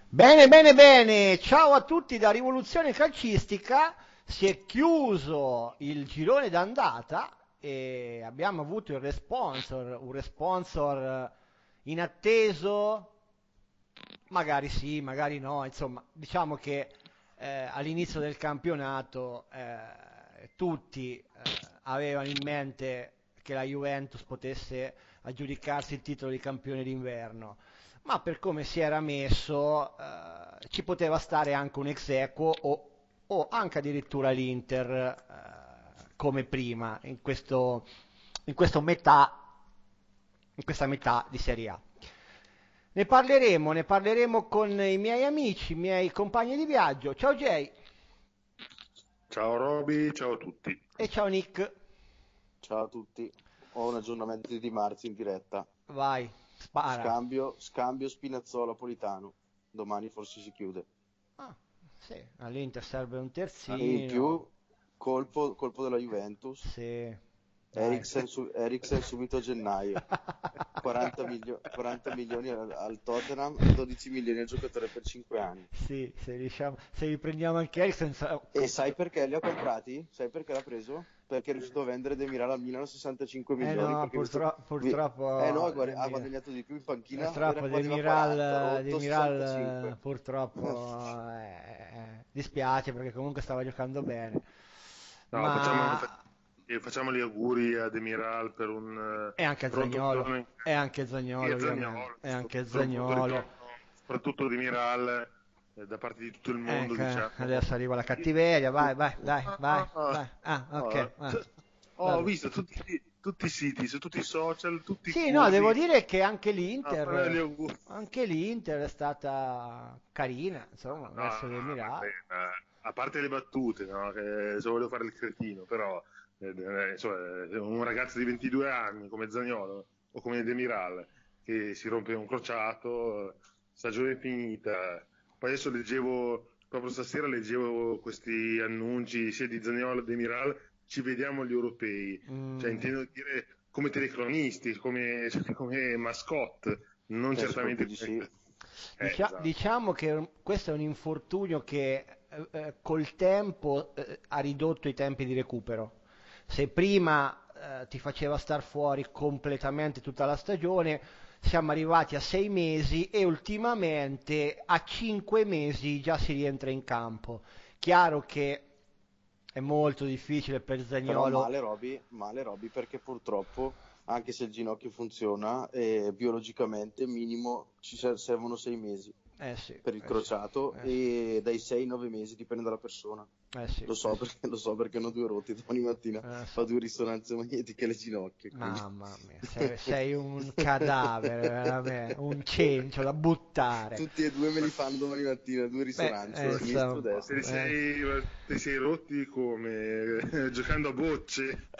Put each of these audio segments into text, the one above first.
Bene, bene, bene, ciao a tutti da Rivoluzione Calcistica. Si è chiuso il girone d'andata e abbiamo avuto un responsor inatteso, magari sì, magari no, insomma, diciamo che all'inizio del campionato tutti avevano in mente che la Juventus potesse aggiudicarsi il titolo di campione d'inverno, ma per come si era messo ci poteva stare anche un ex aequo o anche addirittura l'Inter come prima in questo metà, in questa metà di Serie A. Ne parleremo con i miei amici, i miei compagni di viaggio. Ciao Jay Ciao Roby, ciao a tutti. e ciao Nick. Ciao a tutti, ho un aggiornamento di Di Marzio in diretta. Vai, spara. Scambio Spinazzola-Politano. Domani forse si chiude. Ah, sì, all'Inter serve un E in terzino. più, colpo della Juventus. Sì, dai. Eriksen subito a gennaio. 40 milioni al Tottenham e 12 milioni al giocatore per 5 anni. Sì, se riprendiamo anche Eriksen, E sai perché li ha comprati? Sai perché l'ha preso? Perché è riuscito a vendere Demiral al Milan a 65 eh milioni. no, Perché visto, purtroppo no, ha guadagnato di più in panchina, purtroppo valeva 40, rotto Demiral 65. purtroppo dispiace perché comunque stava giocando bene. No, facciamo, Ma facciamo gli auguri a Demiral per un è anche pronto Zagnolo, ritorno è anche e Zagnolo a ovviamente, Zaniolo, è anche per un pronto Zagnolo. ritorno soprattutto Demiral da parte di tutto il mondo, Ecco, diciamo. adesso arriva la cattiveria, vai, vai, dai, vai, Ah, vai. Ah, ok, ah, ho vabbè. visto tutti i siti, su tutti i social, tutti Sì, no, devo corri dire che a fare gli auguri. Anche l'Inter è stata carina, insomma, No, verso del ma Milan. a parte le battute, no? Che se volevo fare il cretino, però insomma, un ragazzo di 22 anni come Zaniolo o come Demiral che si rompe un crociato, stagione finita. Poi adesso leggevo, proprio stasera leggevo questi annunci sia di Zaniolo che di Demiral, ci vediamo agli europei, cioè Mm. intendo dire come telecronisti, come, cioè, come mascotte, non Penso proprio certamente di come... sì. Esatto. Diciamo che questo è un infortunio che col tempo ha ridotto i tempi di recupero. Se prima ti faceva star fuori completamente tutta la stagione, siamo arrivati a 6 mesi e ultimamente a 5 mesi già si rientra in campo. Chiaro che è molto difficile per Però Zaniolo. Male Roby perché purtroppo, anche se il ginocchio funziona, biologicamente minimo servono 6 mesi Eh sì, per il eh sì, crociato eh sì, e dai 6 ai 9 mesi dipende dalla persona. eh sì, Lo eh so sì, perché hanno due rotti domani mattina, sì. fa due risonanze magnetiche alle ginocchia, quindi Mamma mia, sei un cadavere, veramente, un cencio da buttare. tutti e due me li fanno domani mattina, due Beh, risonanze, sinistro e insomma, destro. Te li sei rotti come? Giocando a bocce?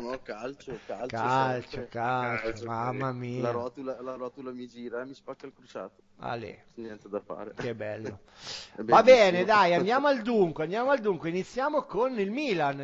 Calcio calcio, sempre. calcio, Calcio, mamma mia. La rotula mi gira e mi spacca il crociato. Ale, Niente da fare. che bello. È Va bene, bellissimo. dai, andiamo al dunque. Iniziamo con il Milan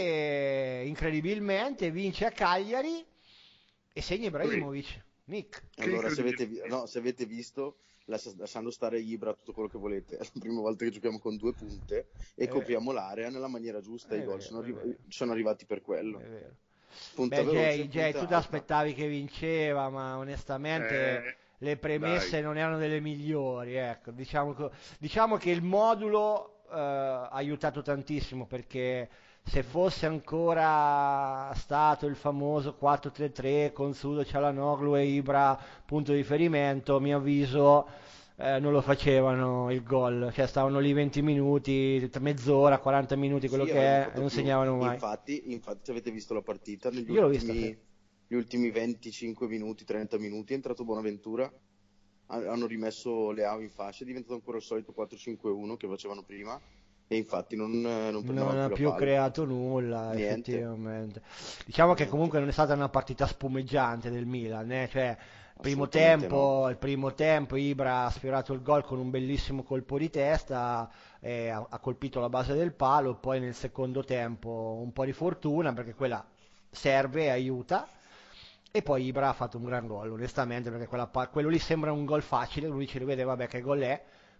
che incredibilmente vince a Cagliari e segna Poi, Ibrahimovic. Nick. che Allora, incredibile. no, se avete visto, lasciando stare Ibra, tutto quello che volete, è la prima volta che giochiamo con due punte e È vero, copriamo l'area nella maniera giusta. I è gol vero, è vero, sono arrivati per è quello. vero. Punta Beh, veloce, Jay, tu punta ti alta. aspettavi che vinceva, ma onestamente Eh, le dai, premesse non erano delle migliori, ecco. Diciamo che il modulo ha aiutato tantissimo perché se fosse ancora stato il famoso 4-3-3 con Sudo, Cialanoglu e Ibra punto di riferimento, a mio avviso non lo facevano il gol, cioè stavano lì 20 minuti, mezz'ora, 40 minuti, quello Sì, che avrebbero è, e fatto non più. segnavano mai. Infatti, se avete visto la partita, Io l'ho vista, sì. gli ultimi 25 minuti, 30 minuti, è entrato Bonaventura, hanno rimesso Leao in fascia, è diventato ancora il solito 4-5-1 che facevano prima e infatti non Non prendevano ha più la più palla. creato nulla, Niente, effettivamente. Diciamo che niente, comunque non è stata una partita spumeggiante del Milan, Cioè, assolutamente no. il primo tempo Ibra ha sfiorato il gol con un bellissimo colpo di testa, ha colpito la base del palo, poi nel secondo tempo un po' di fortuna perché quella serve, aiuta. E poi Ibra ha fatto un gran gol, onestamente, perché quello lì sembra un gol facile, lui ci rivede, vabbè, che gol è,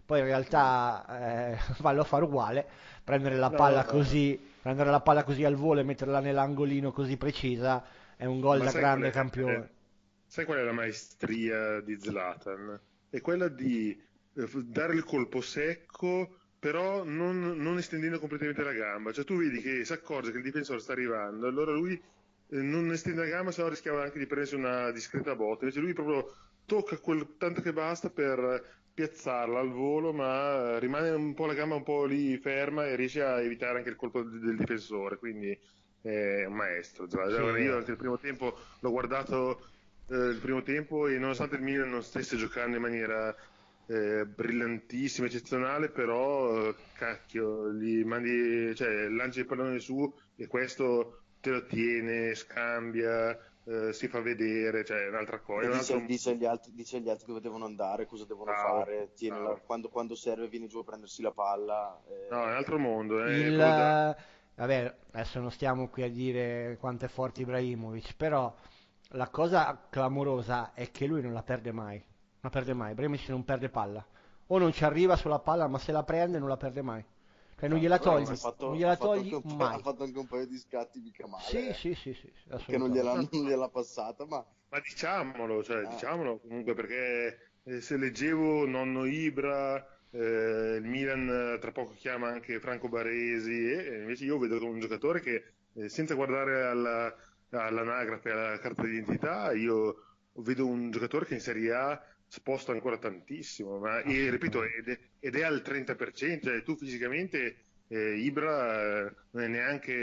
poi in realtà vallo a fare uguale, No, prendere la palla così al volo e metterla nell'angolino così precisa è un gol ma da sai qual grande è? campione. Sai qual è la maestria di Zlatan? È quella di dare il colpo secco, però non estendendo completamente la gamba. Cioè tu vedi che si accorge che il difensore sta arrivando, allora lui non estende la gamba, se no rischiava anche di prendersi una discreta botta. Invece lui proprio tocca quel tanto che basta per piazzarla al volo, ma rimane un po' la gamba un po' lì ferma e riesce a evitare anche il colpo del difensore. Quindi è un maestro. Zlatan. Sì, Io anche il primo tempo l'ho guardato il primo tempo e nonostante il Milan non stesse giocando in maniera brillantissima, eccezionale, però cacchio, cioè, lanci il pallone su e questo te lo tiene, scambia, si fa vedere, cioè è un'altra cosa, E è un altro dice agli altri dove devono andare, cosa devono bravo, fare, bravo. quando serve viene giù a prendersi la palla. No, è un altro mondo, è il... proprio da... Vabbè, adesso non stiamo qui a dire quanto è forte Ibrahimovic, però la cosa clamorosa è che lui non la perde mai. Non la perde mai. Ibrahimovic non perde palla. O non ci arriva sulla palla, ma se la prende non la perde mai. Cioè non gliela No, togli, non Ha gliela fatto anche togli ha mai. fatto anche un paio di scatti mica Sì, male, sì, sì, sì, sì, che assolutamente. no. non gliel'ha passata, ma Ma diciamolo, cioè, eh, diciamolo comunque perché se leggevo Nonno Ibra, il Milan tra poco chiama anche Franco Baresi e invece io vedo un giocatore che senza guardare all'anagrafe, alla carta d'identità, io vedo un giocatore che in Serie A sposta ancora tantissimo, ma e, ripeto, Assolutamente. ed è al 30%, cioè tu fisicamente Ibra non è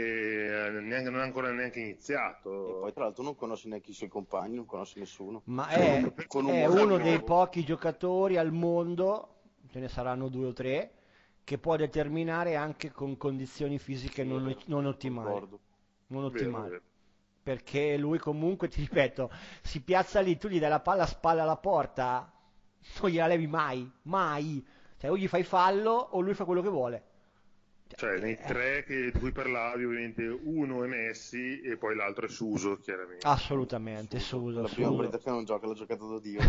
non ha ancora neanche e poi iniziato. tra l'altro non conosce neanche i suoi compagni, non conosce nessuno. Ma Con un è morale uno dei nuovo, pochi giocatori al mondo, ce ne saranno due o tre, che può determinare anche con condizioni fisiche sì, è vero, non ottimali. concordo. Non Vero, ottimali. vero. Perché lui comunque, ti ripeto, si piazza lì, tu gli dai la palla a spalla alla porta, non gliela levi mai, mai. Cioè o gli fai fallo o lui fa quello che vuole. Cioè, Cioè, nei tre di cui parlavi, ovviamente uno è Messi e poi l'altro è Suso, chiaramente. assolutamente, Suso, La prima Suso. partita che non gioca l'ha giocata da Dio.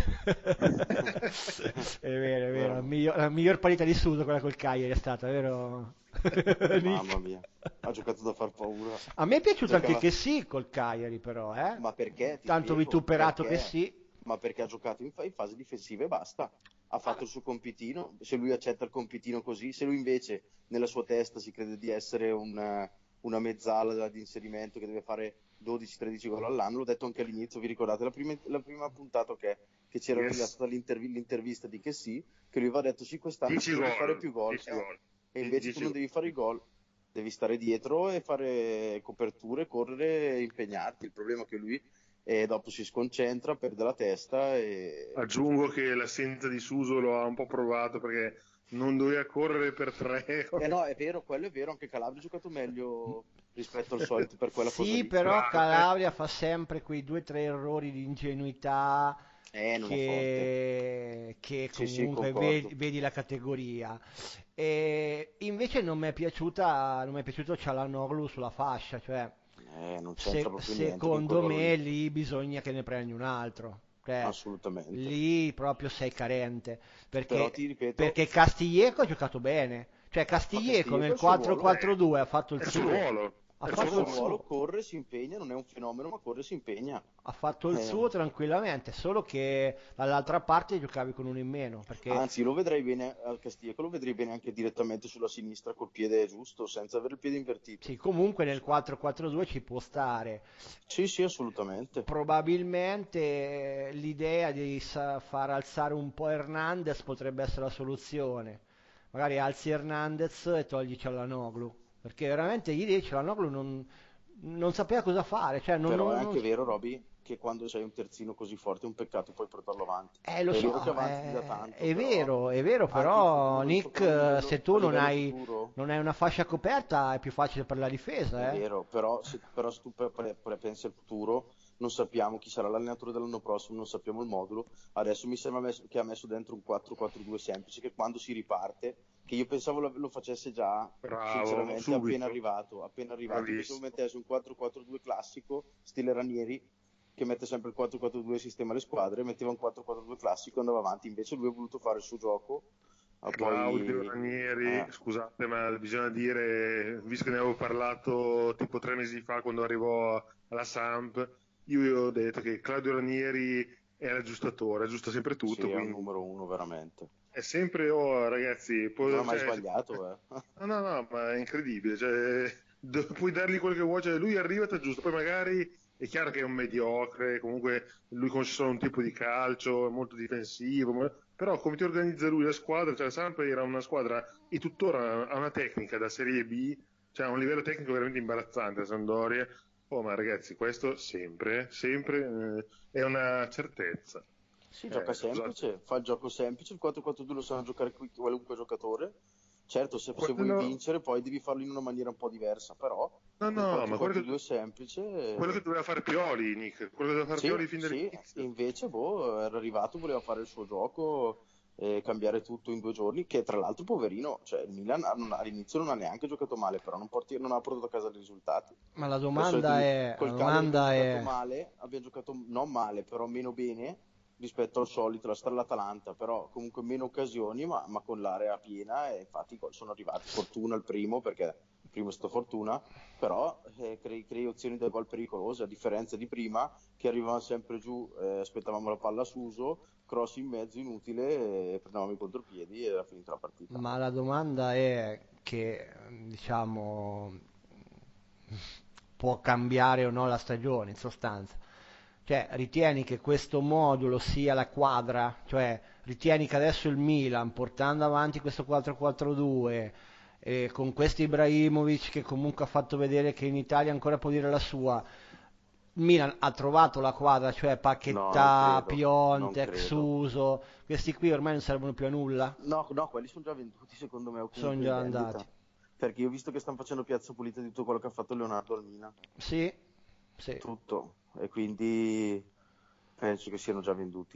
È vero, Veramente. la miglior partita di Suso quella col Cagliari è stata, vero? Mamma Nick? mia, ha giocato da far paura. A me è piaciuto anche Giocava... che sì col Cagliari però, eh? Ma perché? Ti Tanto spiego, vituperato che perché? sì. Ma perché ha giocato in fase difensiva e basta. Ha fatto il suo compitino, se lui accetta il compitino così, se lui invece nella sua testa si crede di essere una mezzala di inserimento che deve fare 12-13 gol all'anno, l'ho detto anche all'inizio, vi ricordate la prima puntata che c'era Yes, stata l'intervista di che sì, che lui aveva detto sì, quest'anno 10 tu devi fare gol, più gol, 10 gol, e invece tu 10 non gol. devi fare i gol, devi stare dietro e fare coperture, correre e impegnarti. Il problema è che lui dopo si sconcentra, perde la testa e... Aggiungo che l'assenza di Suso lo ha un po' provato perché non doveva correre per tre. Eh no, è vero, quello è vero, anche Calabria ha giocato meglio rispetto al solito per quella cosa Sì, lì. però Bravo, Calabria fa sempre quei due o tre errori di ingenuità Non è forte. che Sì, sì, comunque concordo. vedi la categoria. E invece non mi è piaciuto Çalhanoğlu sulla fascia, cioè Non c'entra proprio niente con quel secondo ruolo me lì. lì bisogna che ne prendi un altro. Cioè, Assolutamente. lì proprio sei carente, Però ti ripeto, perché Castillejo ha giocato bene. Cioè ma Castillejo Castiglieco è nel il suo ruolo. 4-4-2 ha fatto il è il suo suo. ruolo, Ha è il È il suo fatto suo il ruolo. ruolo, suo. corre, si impegna, non è un fenomeno, ma corre, si impegna. Ha fatto il Eh, suo tranquillamente, solo che dall'altra parte giocavi con uno in meno, perché Anzi, lo vedrei bene al Castiglieco, lo vedrei bene anche direttamente sulla sinistra col piede giusto, senza avere il piede invertito. sì, comunque nel 4-4-2 ci può stare. Sì, sì, assolutamente. Probabilmente l'idea di far alzare un po' Hernandez potrebbe essere la soluzione. Magari alzi Hernandez e togli Çalhanoğlu, perché veramente ieri Çalhanoğlu non sapeva cosa fare, cioè Però è anche vero, Roby, che quando sei un terzino così forte è un peccato poi portarlo avanti. Lo È vero che so, avanti ti dà tanto, è vero, anche in però futuro, Nick, se tu a livello futuro, non hai una fascia coperta è più facile per la è difesa, eh? vero, però se tu pensi al futuro, non sappiamo chi sarà l'allenatore dell'anno prossimo, non sappiamo il modulo. Adesso mi sembra che ha messo dentro un 4-4-2 semplice, che quando si riparte, che io pensavo lo facesse già, Bravo, sinceramente, subito, appena arrivato. Io pensavo bravissimo. mettesse un 4-4-2 classico, stile Ranieri, che mette sempre il 4-4-2 sistema alle squadre, metteva un 4-4-2 classico e andava avanti. Invece lui ha voluto fare il suo gioco Claudio Poi Ranieri, scusate, ma bisogna dire, visto che ne avevo parlato tipo 3 mesi fa quando arrivò alla Samp, io ho detto che Claudio Ranieri è l'aggiustatore, aggiusta sempre tutto, sì, è un quindi numero uno veramente. è sempre, oh ragazzi, Non ha mai cioè, sbagliato, eh. no, no, no, ma è incredibile, cioè, puoi dargli quel che vuoi, cioè, lui arriva e ti aggiusta, poi magari è chiaro che è un mediocre, comunque lui conosce solo un tipo di calcio, è molto difensivo, però come ti organizza lui la squadra, cioè sempre era una squadra e tuttora ha una tecnica da Serie B, cioè ha un livello tecnico veramente imbarazzante la Sampdoria. Oh, ma ragazzi, questo sempre, sempre è una certezza. Sì, gioca Scusate. semplice, fa il gioco semplice, il 4-4-2 lo sa giocare qualunque giocatore. Certo, se vuoi Quello, vincere poi devi farlo in una maniera un po' diversa, però no, il no, ma 4-4-2 è semplice. quello che doveva fare Pioli, Nick, quello che doveva fare Sì, Pioli fin sì, dall'inizio. invece era arrivato, voleva fare il suo gioco e cambiare tutto in 2 giorni, che tra l'altro poverino, cioè il Milan all'inizio non ha neanche giocato male, però non ha portato a casa i risultati. Ma la Al solito domanda è, la col Cagliari abbiamo domanda giocato è, male, abbiamo giocato non male, però meno bene rispetto al solito, l'Atalanta, però comunque meno occasioni, ma con l'area piena e infatti i gol sono arrivati. Fortuna il primo, perché il primo è stato fortuna, però crei opzioni da gol pericolose, a differenza di prima che arrivavano sempre giù, aspettavamo la palla a Suso, cross in mezzo inutile, prendevamo i contropiedi e era finita la partita. ma la domanda è che, diciamo, può cambiare o no la stagione, in sostanza. Cioè, ritieni che questo modulo sia la quadra? Cioè, ritieni che adesso il Milan, portando avanti questo 4-4-2, con questo Ibrahimovic che comunque ha fatto vedere che in Italia ancora può dire la sua, Milan ha trovato la quadra, cioè No, non Paquetá, credo, non Piontek, credo. Suso, questi qui ormai non servono più a nulla, No, no, quelli sono già venduti secondo me o sono comunque in già andati. vendita. Perché io ho visto che stanno facendo piazza pulita di tutto quello che ha fatto Leonardo al Milan. Sì, sì. Tutto. E quindi penso che siano già venduti.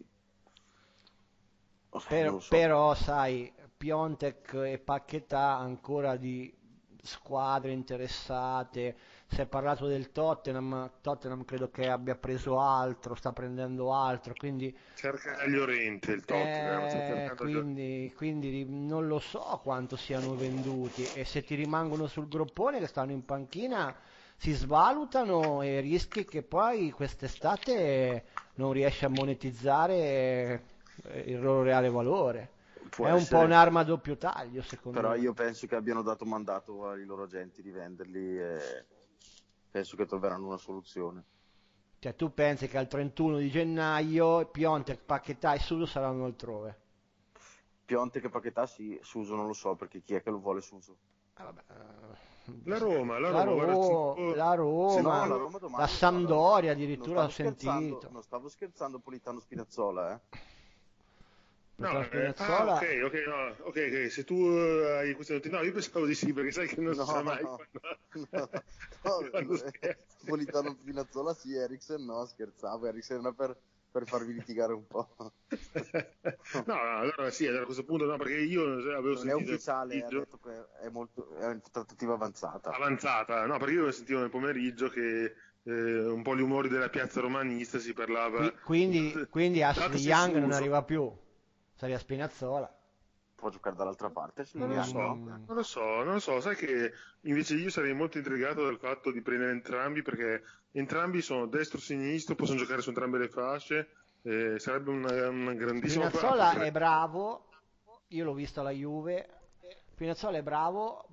Non lo so. Però, sai, Piontek e Paquetá ancora di squadre interessate. Si è parlato del Tottenham, Tottenham credo che abbia preso altro, sta prendendo altro, quindi, Cerca gli Oriente, il Tottenham, sta cercando quindi non lo so quanto siano venduti e se ti rimangono sul groppone che stanno in panchina si svalutano e rischi che poi quest'estate non riesci a monetizzare il loro reale valore. Può È un po' essere. un'arma a doppio taglio, secondo Però me. io penso che abbiano dato mandato ai loro agenti di venderli e penso che troveranno una soluzione. Cioè, tu pensi che al 31 di gennaio Piontek, Paquetá e Suso saranno altrove? Pionte che Paquetà sì, Suso non lo so perché chi è che lo vuole Suso? Vabbè, La Roma, guarda, La No, Roma, la Roma la domani no, Sampdoria non addirittura ho stavo scherzando, sentito. non stavo scherzando Politano Spinazzola, no, Politano ok, Spinazzola, ok, no, ok, ok, se tu hai queste notizie, no, io pensavo di sì, perché sai che non si sa No, mai no, no, no, quando scherzi. Politano Spinazzola sì, Eriksen no, scherzavo, Eriksen era per farvi litigare un po'. No, no, allora sì, allora a questo punto no, perché io avevo Non è sentito nel ufficiale, ha pomeriggio detto che è in trattativa avanzata. avanzata, no, perché io sentivo nel pomeriggio che un po' gli umori della piazza romanista si parlava, quindi Ashley datasi Young non Suso. arriva più, sarebbe Spinazzola. Può giocare dall'altra parte, Non lo so, Mm, non lo so, sai che invece io sarei molto intrigato dal fatto di prendere entrambi perché entrambi sono destro-sinistro, possono giocare su entrambe le fasce, sarebbe una grandissima Spinazzola è bravo, io l'ho visto alla Juve, Spinazzola è bravo,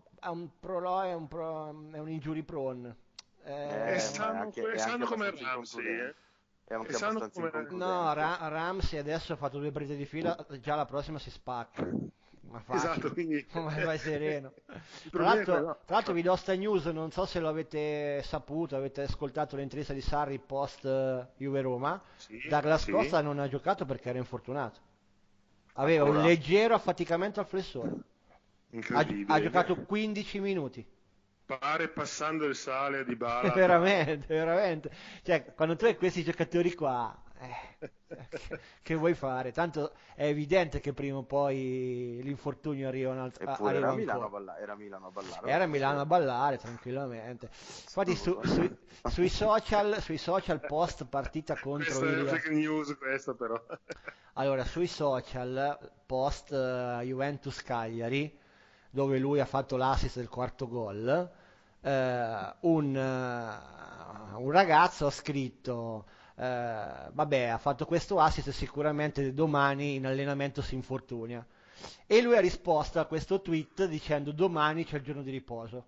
è un injury prone. Ma è È anche sano come abbastanza Ramsey, inconcludente. È è anche sano abbastanza come No, inconcludente. Ramsey adesso ha fatto 2 partite di fila, già la prossima si spacca. Ma esatto, facile, quindi vai sereno. il Tra problema è l'altro, quello. tra l'altro vi do sta news, non so se lo avete saputo, avete ascoltato l'intervista di Sarri post Juve Roma. Sì, Douglas sì, Costa non ha giocato perché era infortunato. Aveva un Ancora? leggero affaticamento al flessore. Ha incredibile. giocato 15 minuti. Pare passando il sale a Dybala, bravo. Veramente, veramente. Cioè, quando tu hai questi giocatori qua, che vuoi fare? Tanto è evidente che prima o poi l'infortunio Eppure arriva era a Milano ancora. era a Milano a ballare Era a l'altra Milano a sera. ballare tranquillamente. Infatti sui social post partita contro Questa è il... fake news, questa però. Allora, sui social post Juventus Cagliari, dove lui ha fatto l'assist del quarto gol, un ragazzo ha scritto, vabbè, ha fatto questo assist e sicuramente domani in allenamento si infortunia. E lui ha risposto a questo tweet dicendo domani c'è il giorno di riposo.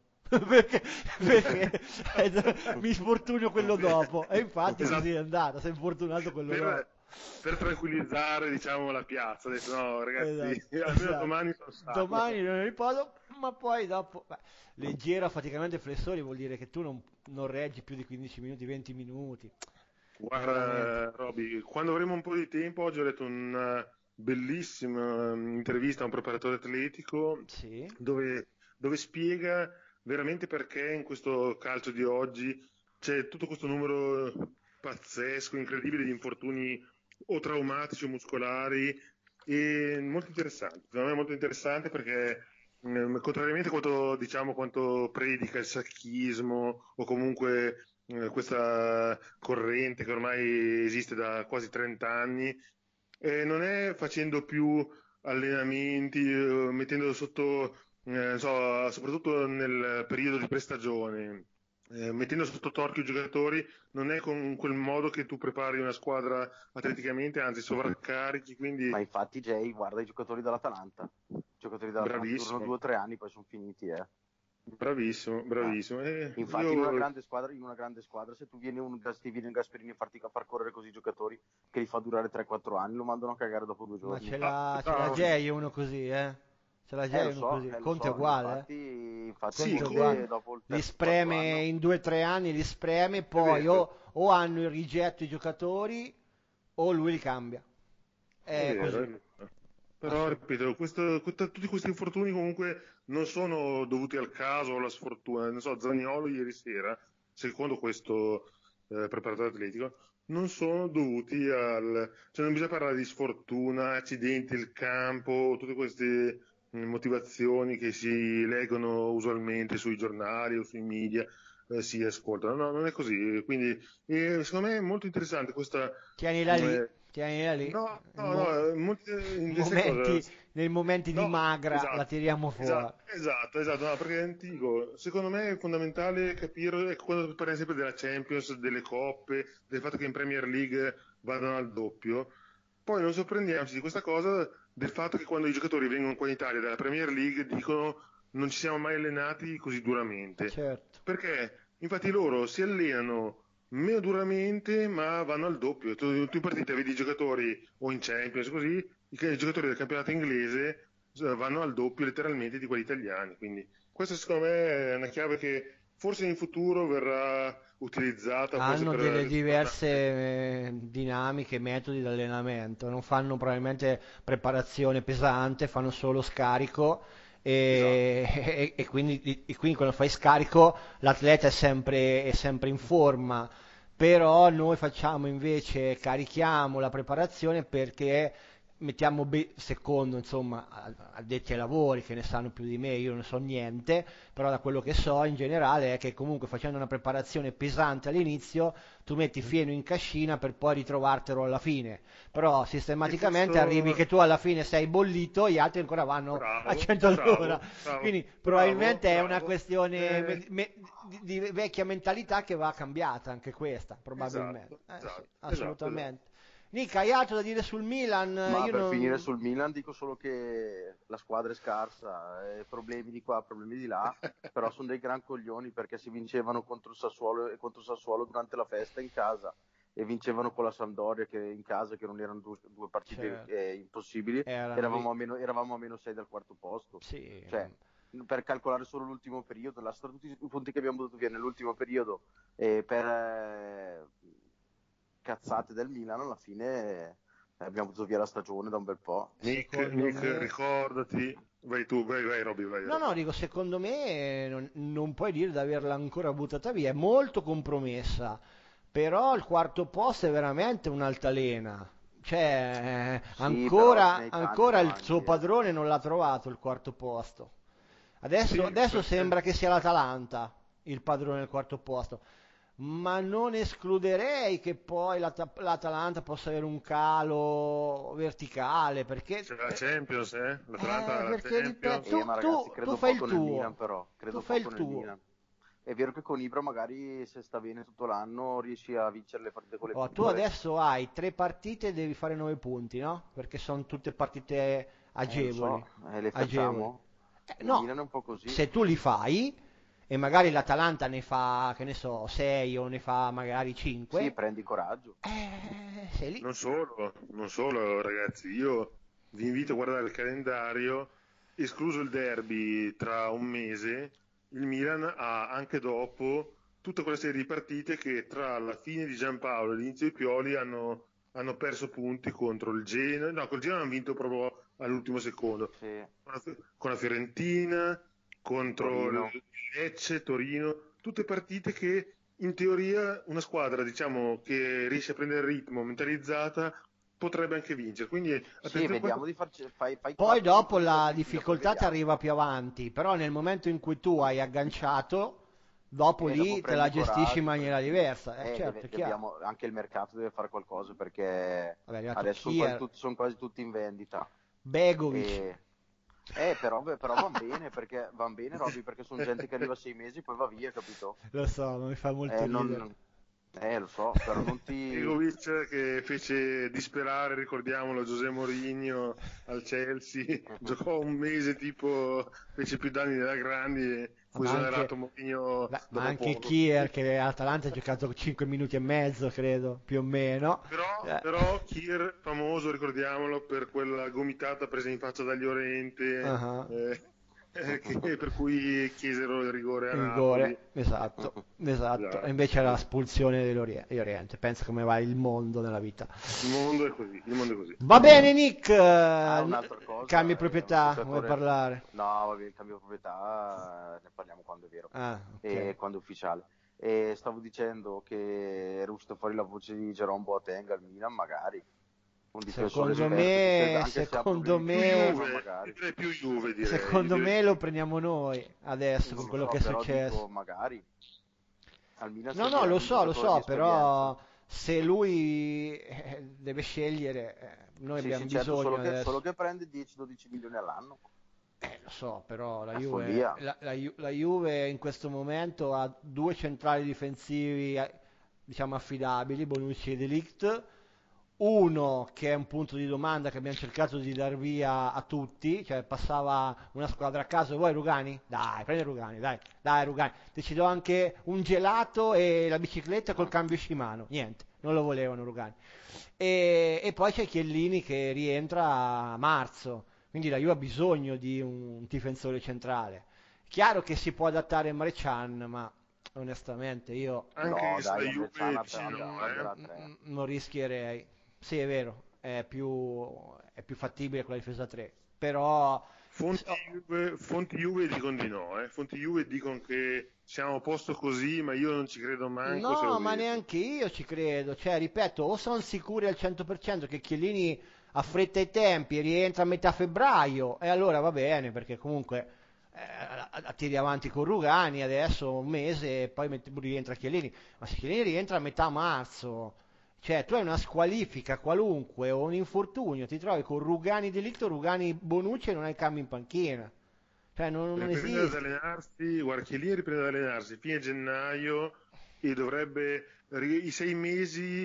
Perché mi infortunio quello dopo. E infatti Esatto. così è andata, si è infortunato quello dopo. Per tranquillizzare, diciamo, la piazza. Ha detto, no, Esatto, ragazzi, almeno esatto. domani sono sano. Domani non riposo, ma poi dopo... beh, leggero faticamente flessori vuol dire che tu non reggi più di 15 minuti, 20 minuti. Veramente. Guarda, Roby, quando avremo un po' di tempo, oggi ho letto una bellissima intervista a un preparatore atletico Sì, dove spiega veramente perché in questo calcio di oggi c'è tutto questo numero pazzesco, incredibile di infortuni o traumatici o muscolari e molto interessante. Secondo me è molto interessante perché contrariamente a quanto, diciamo, quanto predica il sacchismo o comunque questa corrente che ormai esiste da quasi 30 anni, non è facendo più allenamenti, mettendo sotto, non so, soprattutto nel periodo di prestagione, mettendo sotto torchio i giocatori, non è con quel modo che tu prepari una squadra atleticamente, anzi sovraccarichi, quindi Ma infatti, Jay, guarda i giocatori dell'Atalanta. I giocatori dell'Atalanta durano bravissimo, 2 o 3 anni, poi sono finiti, eh. bravissimo, Eh. bravissimo. Infatti, Io in una grande squadra, se tu vieni ti viene un Gasperini a far correre così i giocatori, che li fa durare 3-4 anni, lo mandano a cagare dopo 2 ma giorni. ce l'ha no, Jay uno così, eh? Ce l'ha Jay uno così. Lo Conte è so, uguale, eh? infatti sì, Conte è uguale. Conte dopo il Li terzo, quarto spreme anno, in 2 o 3 anni, li spreme, è poi vero. o hanno il rigetto i giocatori o lui li cambia. È È vero, è così, vero. Però, assolutamente. ripeto, tutti questi infortuni comunque non sono dovuti al caso o alla sfortuna. Non so, Zaniolo ieri sera, secondo questo preparatore atletico, non sono dovuti cioè non bisogna parlare di sfortuna, accidenti, il campo, tutte queste motivazioni che si leggono usualmente sui giornali o sui media, si ascoltano. No, non è così. Quindi, secondo me è molto interessante questa... Tienila lì, eh, tienila lì. No, In no, no, sai cosa? nei momenti di No, magra la esatto, tiriamo fuori. esatto, no, perché ti dico, secondo me è fondamentale capire, ecco, quando parliamo sempre della Champions, delle coppe, del fatto che in Premier League vadano al doppio, poi non sorprendiamoci di questa cosa, del fatto che quando i giocatori vengono qua in Italia dalla Premier League dicono non ci siamo mai allenati così duramente, Certo. perché infatti loro si allenano meno duramente ma vanno al doppio. Tu in partita vedi i giocatori o in Champions così, i giocatori del campionato inglese vanno al doppio letteralmente di quelli italiani. Quindi questa secondo me è una chiave che forse in futuro verrà utilizzata forse Hanno per delle le diverse giornate. dinamiche, metodi di allenamento, non fanno probabilmente preparazione pesante, fanno solo scarico Esatto. e quindi quando fai scarico l'atleta è sempre in forma, però noi facciamo invece, carichiamo la preparazione perché mettiamo, secondo insomma addetti ai lavori che ne sanno più di me, io non so niente, però da quello che so in generale è che comunque facendo una preparazione pesante all'inizio tu metti fieno in cascina per poi ritrovartelo alla fine, però E sistematicamente arrivi questo che tu alla fine sei bollito, gli altri ancora vanno a bravo, 100 all'ora, bravo, bravo, quindi bravo, probabilmente è una bravo. questione di vecchia mentalità che va cambiata anche questa, probabilmente. Esatto, Sì, esatto, esatto, esatto. assolutamente. Nick, hai altro da dire sul Milan? Ma Io per finire non... sul Milan dico solo che la squadra è scarsa, problemi di qua, problemi di là, però sono dei gran coglioni perché si vincevano contro il Sassuolo e contro il Sassuolo durante la festa in casa e vincevano con la Sampdoria che in casa, che non erano due partite Certo, impossibili, erano lì. eravamo a meno 6 dal quarto posto. Sì, Cioè, per calcolare solo l'ultimo periodo, tutti i punti che abbiamo potuto via nell'ultimo periodo per cazzate del Milan, alla fine abbiamo buttato via la stagione da un bel po'. secondo Nick, me... ricordati, vai tu, vai Robby, vai No, no, Robby. dico, secondo me non puoi dire di averla ancora buttata via, è molto compromessa. però il quarto posto è veramente un'altalena. Cioè, Sì, però ce ancora, n'hai tanti ancora il suo davanti, eh. padrone non l'ha trovato il quarto posto. Adesso, Sì, adesso perché sembra che sia l'Atalanta il padrone del quarto posto, ma non escluderei che poi l'Atalanta possa avere un calo verticale, perché, c'è la Champions, l'Atalanta ha la perché ripeto, Champions. Ma ragazzi, tu credo fai il poco nel Milan, tuo, però. tu Credo fai poco il nel tuo. Milan. È vero che con Ibra magari se sta bene tutto l'anno riesci a vincere le partite con le Oh, tu piccole. adesso hai 3 partite e devi fare 9 punti, no? Perché sono tutte partite Lo so, agevoli. le Agevoli. facciamo? Il No, Milan è un po' così. se tu li fai e magari l'Atalanta ne fa, che ne so, 6 o ne fa magari Sì, 5, prendi coraggio. sei lì. Non solo, ragazzi, io vi invito a guardare il calendario, escluso il derby tra un mese, il Milan ha anche dopo tutta quella serie di partite che tra la fine di Giampaolo e l'inizio di Pioli hanno perso punti contro il Genoa, no, col Genoa hanno vinto proprio all'ultimo secondo, Sì, con la Fiorentina, contro il Torino. Lecce, Torino, tutte partite che in teoria una squadra, diciamo, che riesce a prendere il ritmo, mentalizzata, potrebbe anche vincere. Quindi Sì, attenzione a questo. vediamo di farci. Fai Poi 4-5 dopo la risultati, poi difficoltà ti vediamo. arriva più avanti, però nel momento in cui tu hai agganciato, dopo E dopo lì te la prendi gestisci in coraggio, maniera diversa. Certo, è chiaro. anche il mercato deve fare qualcosa perché Vabbè, è arrivato adesso Kier, sono quasi tutti in vendita. Begovic. E, però van bene, perché van bene, Robby, perché sono gente che arriva 6 mesi e poi va via, capito? Lo so, ma mi fa molto ridere. Non, lo so, però non ti. Begovic che fece disperare, ricordiamolo, José Mourinho al Chelsea, giocò un mese tipo, fece più danni della Grandi e fu Ma anche, esonerato Mourinho beh, ma dopo anche poco. Kier che all'Atalanta ha giocato 5 minuti e mezzo, credo, più o meno. Però, Eh, però Kier, famoso, ricordiamolo, per quella gomitata presa in faccia dagli Llorente, ah, per cui chiesero il rigore a Napoli. rigore, esatto, esatto. E Esatto. invece era l'espulsione dell'Oriente. Pensa come va il mondo nella vita. Il mondo è così, il mondo è così. Va bene, Nick, Un'altra cambi cosa, un proprietà, vuoi giocatore. parlare? No, vabbè, il cambio proprietà ne parliamo quando è vero, Ah, e ok. quando è ufficiale. E stavo dicendo che era uscita fuori la voce di Jerome Boateng al Milan, magari. Un difensore Secondo esperto, me, anche se ha secondo problemi Più me, fisici, ma Juve, magari. direi più Juve, direi. secondo me lo prendiamo noi adesso con Non lo quello so, che è però dico successo. magari. Al Milan No, no, servirebbe un lo giocatore di so, esperienza. però se lui deve scegliere, noi Sì, abbiamo sì, certo, bisogno solo adesso. che prende 10-12 milioni all'anno. Lo so, però la È Juve, follia. la Juve in questo momento ha 2 centrali difensivi, diciamo, affidabili, Bonucci e De Ligt. Uno che è un punto di domanda che abbiamo cercato di dar via a tutti, cioè passava una squadra a caso, vuoi Rugani? Dai, prendi Rugani, dai Rugani. Ti do anche un gelato e la bicicletta col cambio Shimano. Niente, non lo volevano Rugani. E poi c'è Chiellini che rientra a marzo, quindi la Juve ha bisogno di un difensore centrale. Chiaro che si può adattare Mrechan, ma onestamente io Anche No, se la dai, Emre Can Juve dice no, anderà a 3. non rischierei. Sì, è vero, è più fattibile con la difesa 3, però Fonti Juve dicono di no, eh. Fonti Juve dicono che siamo a posto così, ma io non ci credo manco se lo no, ma vedo. neanche io ci credo. Cioè, ripeto, o sono sicuri al 100% che Chiellini affretta i tempi e rientra a metà febbraio, e allora va bene, perché comunque tiri avanti con Rugani adesso un mese e poi rientra Chiellini. Ma se Chiellini rientra a metà marzo, cioè tu hai una squalifica qualunque o un infortunio, ti trovi con Rugani Delitto, Rugani Bonucci e non hai cambi in panchina. Cioè, non Riprende ad esiste. allenarsi, guarda, Chiellini riprende ad allenarsi fine gennaio e dovrebbe i 6 mesi,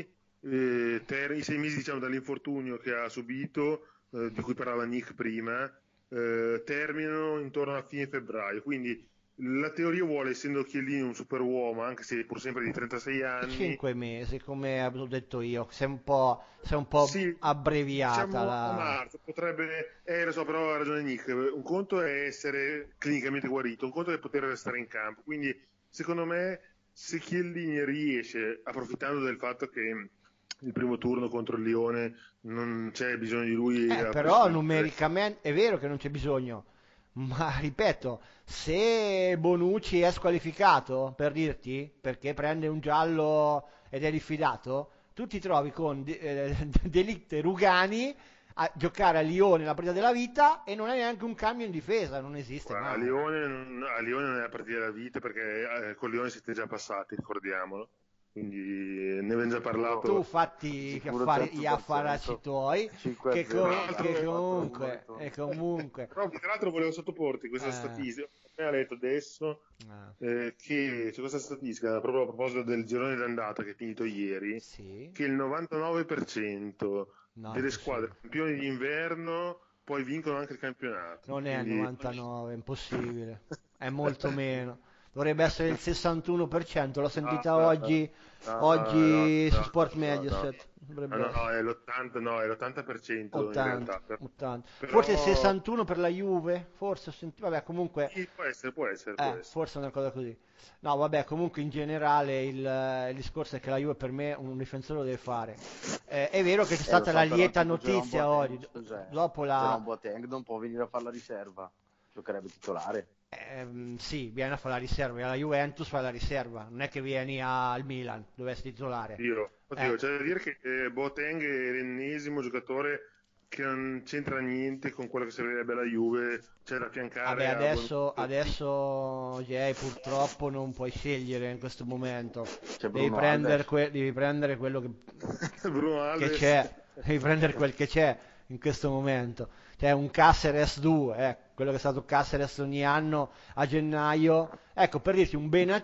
i 6 mesi diciamo dall'infortunio che ha subito, di cui parlava Nick prima, terminano intorno a fine febbraio. Quindi la teoria vuole, essendo Chiellini un superuomo, anche se pur sempre di 36 anni, 5 mesi, come avevo detto io, si è un po' sì, abbreviata diciamo a la. marzo potrebbe, lo so, però ha ragione Nick, un conto è essere clinicamente guarito, un conto è poter restare in campo, quindi secondo me se Chiellini riesce, approfittando del fatto che il primo turno contro il Lione non c'è bisogno di lui a Però prescindere, numericamente è vero che non c'è bisogno, ma ripeto, se Bonucci è squalificato, per dirti, perché prende un giallo ed è diffidato, tu ti trovi con De Ligt e Rugani a giocare a Lione la partita della vita e non hai neanche un cambio in difesa, non esiste Guarda, mai. A Lione non è la partita della vita perché con Lione siete già passati, ricordiamolo. Quindi ne abbiamo già Tu parlato. fatti Sicuro gli 100%. affaracci tuoi, 5-0 che Milan, 4-1 comunque, e ritorno. comunque, Però più che altro volevo sottoporti questa eh, statistica. Mi ha letto adesso eh, che c'è questa statistica proprio a proposito del girone d'andata che è finito ieri, sì, che il 99% no, delle squadre impossibile. campioni d'inverno poi vincono anche il campionato. Non è il Quindi 99, è impossibile, è molto meno. Dovrebbe essere il 61%, l'ho no, sentita no, no, oggi su no, Sport no, no. Mediaset, Ah, dovrebbe no, essere. è l'80, no, è l'80% in 80, realtà. 80. Forse il Però 61 per la Juve, forse ho sentito, vabbè comunque, sì, può essere, può essere, può essere. forse è una cosa così. No, vabbè, comunque in generale il discorso è che la Juve per me un difensore lo deve fare. È vero che c'è Lo stata la so, però lieta tipo Jerome notizia Boateng, oggi, scusa, dopo Jerome la... Boateng non può venire a fare la riserva, giocherebbe titolare. Sì, vieni a fare la riserva, e alla Juventus fai la riserva, non è che vieni al Milan, dove sei titolare. Oddio, c'è da dire che Boateng è l'ennesimo giocatore che non c'entra niente con quello che servirebbe alla Juve, c'è da Vabbè, affiancare a Bonucci. adesso Jay, purtroppo non puoi scegliere in questo momento. C'è Bruno Alves. Devi prendere quello Bruno che Alves. c'è, devi prendere quel che c'è in questo momento. C'è un Caceres 2, quello che è stato Caceres ogni anno a gennaio. Ecco, per dirti,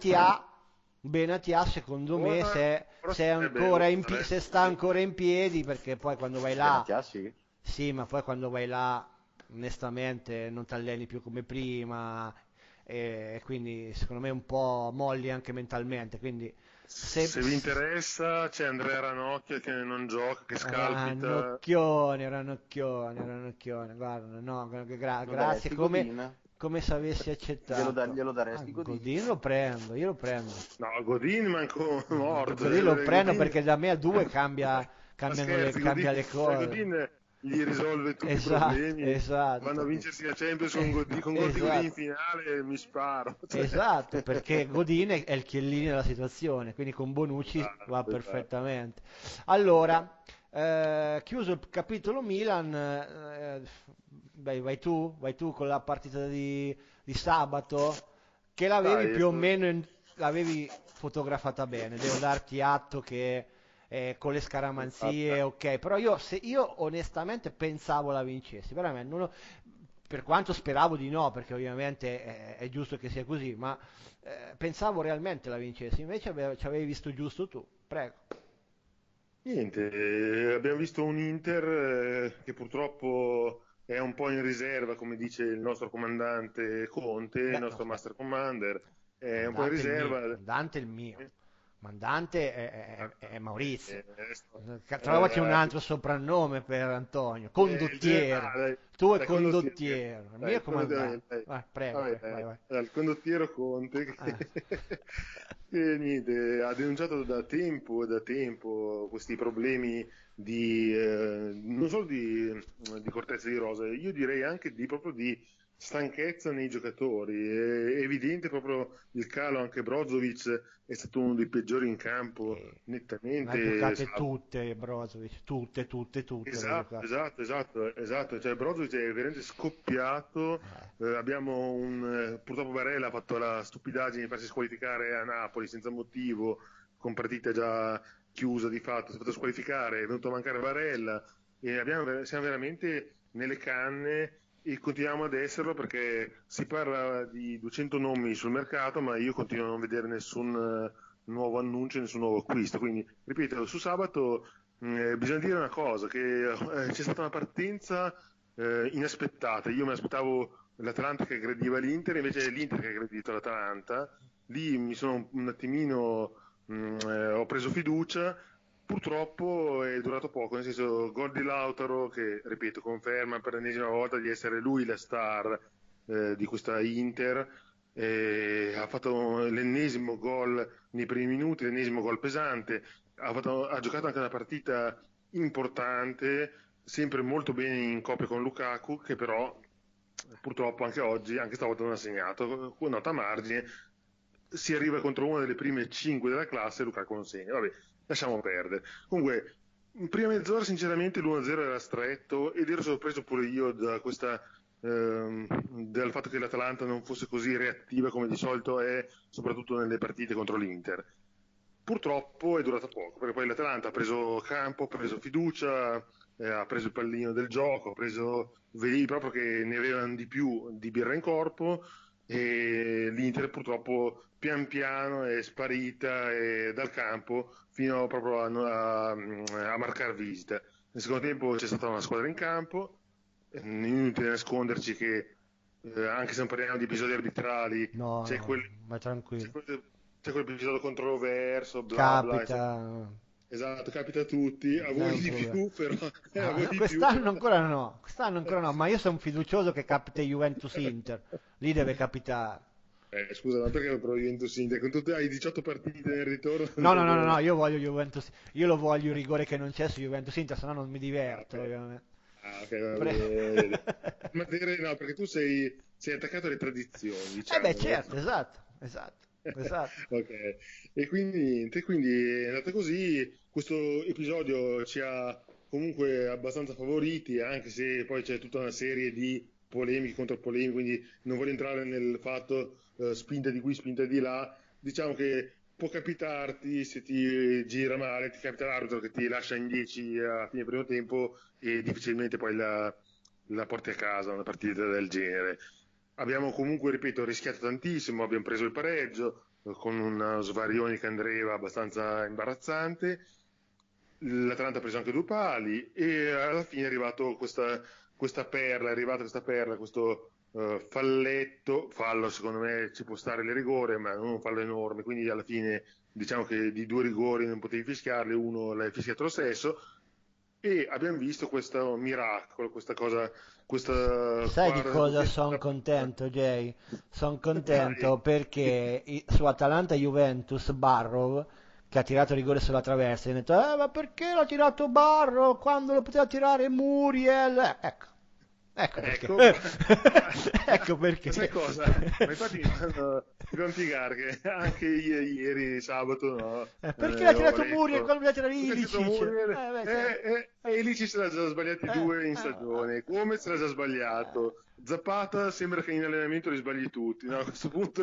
un Benatia secondo me Ora sarebbe, se sta sì. ancora in piedi, perché poi quando vai là, Benatia sì. sì, ma poi quando vai là, onestamente, non ti alleni più come prima, e quindi secondo me un po' molli anche mentalmente. Quindi se, Se vi interessa, c'è Andrea Ranocchia che non gioca, che scalpita. Ranocchione, Ranocchione, Ranocchione, guarda, no, Lo grazie, daresti Godin? come se avessi accettato. Glielo daresti Godin? Godin lo prendo, io lo prendo. No, Godin manco morto. Godin lo prendo Godin, perché da me a due ma scherzi, cambia le cose. Godin gli risolve tutti i Esatto, problemi. Vanno a esatto. vincersi la Champions con Godin in Esatto. finale, mi sparo. Cioè, Esatto, perché Godin è il Chiellini della situazione, quindi con Bonucci va esatto. perfettamente. Allora, chiuso il capitolo Milan, beh, vai tu con la partita di sabato, che l'avevi Dai, più o meno l'avevi fotografata bene, devo darti atto che con le scaramanzie, esatto. ok, però io onestamente pensavo la vincessi, veramente, per quanto speravo di no, perché ovviamente è giusto che sia così, ma pensavo realmente la vincessi, invece ci avevi visto giusto tu, prego. Niente, abbiamo visto un Inter che purtroppo è un po' in riserva, come dice il nostro comandante Conte, il Beh, no, nostro aspetta, Master Commander, è un po' in mandante il mio, riserva. mandante il mio, mandante è Maurizio. Eh, Trovati un eh, altro soprannome per Antonio, condottiero. dai, Tu è dai, condottiero, condottiero, il dai, mio è il condottiero, comandante. dai. Prego, Vabbè, vai, vai. il condottiero Conte Eh, che niente, ha denunciato da tempo questi problemi non solo di cortezza di rosa, io direi anche proprio di stanchezza nei giocatori. È evidente proprio il calo, anche Brozovic è stato uno dei peggiori in campo, e ne ha nettamente. giocate tutte, Brozovic, tutte le ha Esatto, giocate. esatto. Cioè, Brozovic è veramente scoppiato. Eh, Abbiamo purtroppo Barella ha fatto la stupidaggine di farsi squalificare a Napoli senza motivo, con partita già chiusa di fatto. Si è fatto squalificare, è venuto a mancare Barella e siamo veramente nelle canne e continuiamo ad esserlo perché si parla di 200 nomi sul mercato, ma io continuo a non vedere nessun nuovo annuncio, nessun nuovo acquisto. Quindi, ripeto, su sabato bisogna dire una cosa, che c'è stata una partenza inaspettata. Io mi aspettavo l'Atalanta che aggrediva l'Inter, invece è l'Inter che ha aggredito l'Atalanta. Lì mi sono un attimino, ho preso fiducia. Purtroppo è durato poco, nel senso gol di Lautaro che, ripeto, conferma per l'ennesima volta di essere lui la star di questa Inter. Ha fatto l'ennesimo gol nei primi minuti, l'ennesimo gol pesante, ha giocato anche una partita importante, sempre molto bene in coppia con Lukaku, che però purtroppo anche oggi, anche stavolta non ha segnato, nota a margine, si arriva contro una delle prime 5 della classe e Lukaku non segna. Vabbè, lasciamo perdere. Comunque, in prima mezz'ora sinceramente l'1-0 era stretto ed ero sorpreso pure io dal fatto che l'Atalanta non fosse così reattiva come di solito è, soprattutto nelle partite contro l'Inter. Purtroppo è durata poco, perché poi l'Atalanta ha preso campo, ha preso fiducia, ha preso il pallino del gioco, vedevi proprio che ne avevano di più di birra in corpo, e l'Inter purtroppo pian piano è sparita dal campo fino proprio a marcare visita. Nel secondo tempo c'è stata una squadra in campo, inutile nasconderci che anche se non parliamo di episodi arbitrali, No, c'è no, quel, ma c'è tranquillo. quell'episodio controverso, bla bla, insomma. Capita, Esatto, capita a tutti, a non è voi un di problema. più, però, a No, voi di più, quest'anno però. quest'anno ancora no, ma io sono fiducioso che capita Juventus-Inter, lì deve capitare. Scusa, ma perché lo provo Juventus Inter? Con tutte hai 18 partite nel ritorno, No, no, no, no, dove. no, io voglio Juventus, io lo voglio il rigore che non c'è su Juventus-Inter, se no non mi Ah, diverto, ok. ovviamente. Ah, ok, va Pre- bene, va bene. No, perché tu sei attaccato alle tradizioni, Eh beh, diciamo, no? certo, esatto, esatto, esatto. Ok, e quindi niente, quindi è andata così. Questo episodio ci ha comunque abbastanza favoriti, anche se poi c'è tutta una serie di polemiche contro polemiche, quindi non voglio entrare nel fatto spinta di qui, spinta di là. Diciamo che può capitarti, se ti gira male, ti capita l'arbitro che ti lascia in 10 a fine primo tempo e difficilmente poi la porti a casa una partita del genere. Abbiamo comunque, ripeto, rischiato tantissimo, abbiamo preso il pareggio con uno svarione che Andreva abbastanza imbarazzante. L'Atalanta ha preso anche due pali e alla fine è arrivato questa perla, questo fallo secondo me ci può stare il rigore, ma non un fallo enorme, quindi alla fine diciamo che di due rigori non potevi fischiarli, uno l'hai fischiato lo stesso, e abbiamo visto questo miracolo, questa cosa, questa Sai di cosa sono doppietta. contento, Jay? Sono Dai. contento perché su Atalanta-Juventus Barrow, che ha tirato rigore sulla traversa, ha detto, ma perché l'ha tirato Barrow quando lo poteva tirare Muriel? Ecco, ecco perché. Ecco, Ecco ma sai perché. cosa? Ma infatti mi fanno piegare che anche ieri, sabato, no, Perché l'ha ho tirato Muriel letto quando poteva tirare che ha scritto Ilicic? Muriel Beh, cioè, e lì ci sarà già sbagliati eh, due in eh, stagione. Gomez l'ha già eh. sbagliato. Zapata sembra che in allenamento li sbagli tutti, no? A questo punto,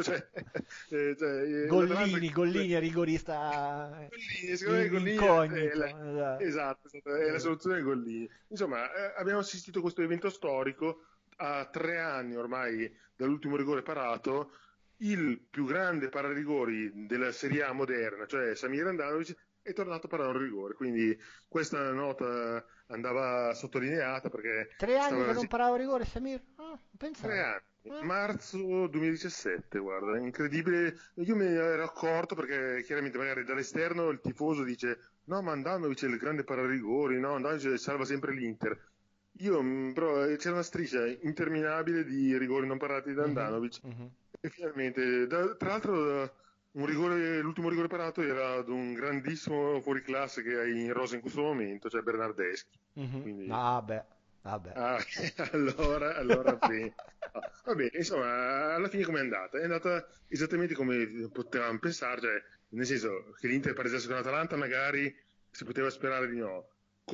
l'Atalanta Gollini, Gollini è rigorista Gollini, secondo me in Gollini incognito. Esatto. esatto, è la soluzione Gollini. Insomma, abbiamo assistito a questo evento storico a 3 anni ormai dall'ultimo rigore parato, il più grande pararigori della Serie A moderna, cioè Samir Handanovic, è tornato a parare un rigore. Quindi questa nota andava sottolineata perché 3 anni che stava non parava rigore, Samir? Ah, non 3 pensavo. anni. Ah. Marzo 2017, guarda, incredibile. Io me ne ero accorto perché chiaramente magari dall'esterno il tifoso dice no, ma Andanovic è il grande pararigori, no, Andanovic salva sempre l'Inter. Io però c'era una striscia interminabile di rigori non parati da Mhm, Andanovic mhm, e finalmente, tra l'altro l'ultimo rigore parato era ad un grandissimo fuoriclasse che hai in rosa in questo momento, cioè Bernardeschi. mhm. Quindi Vabbè, vabbè. Ah, allora bene. Va bene, insomma, alla fine com'è andata? È andata esattamente come potevamo pensare, cioè, nel senso che l'Inter pareggiasse con l'Atalanta magari si poteva sperare di no.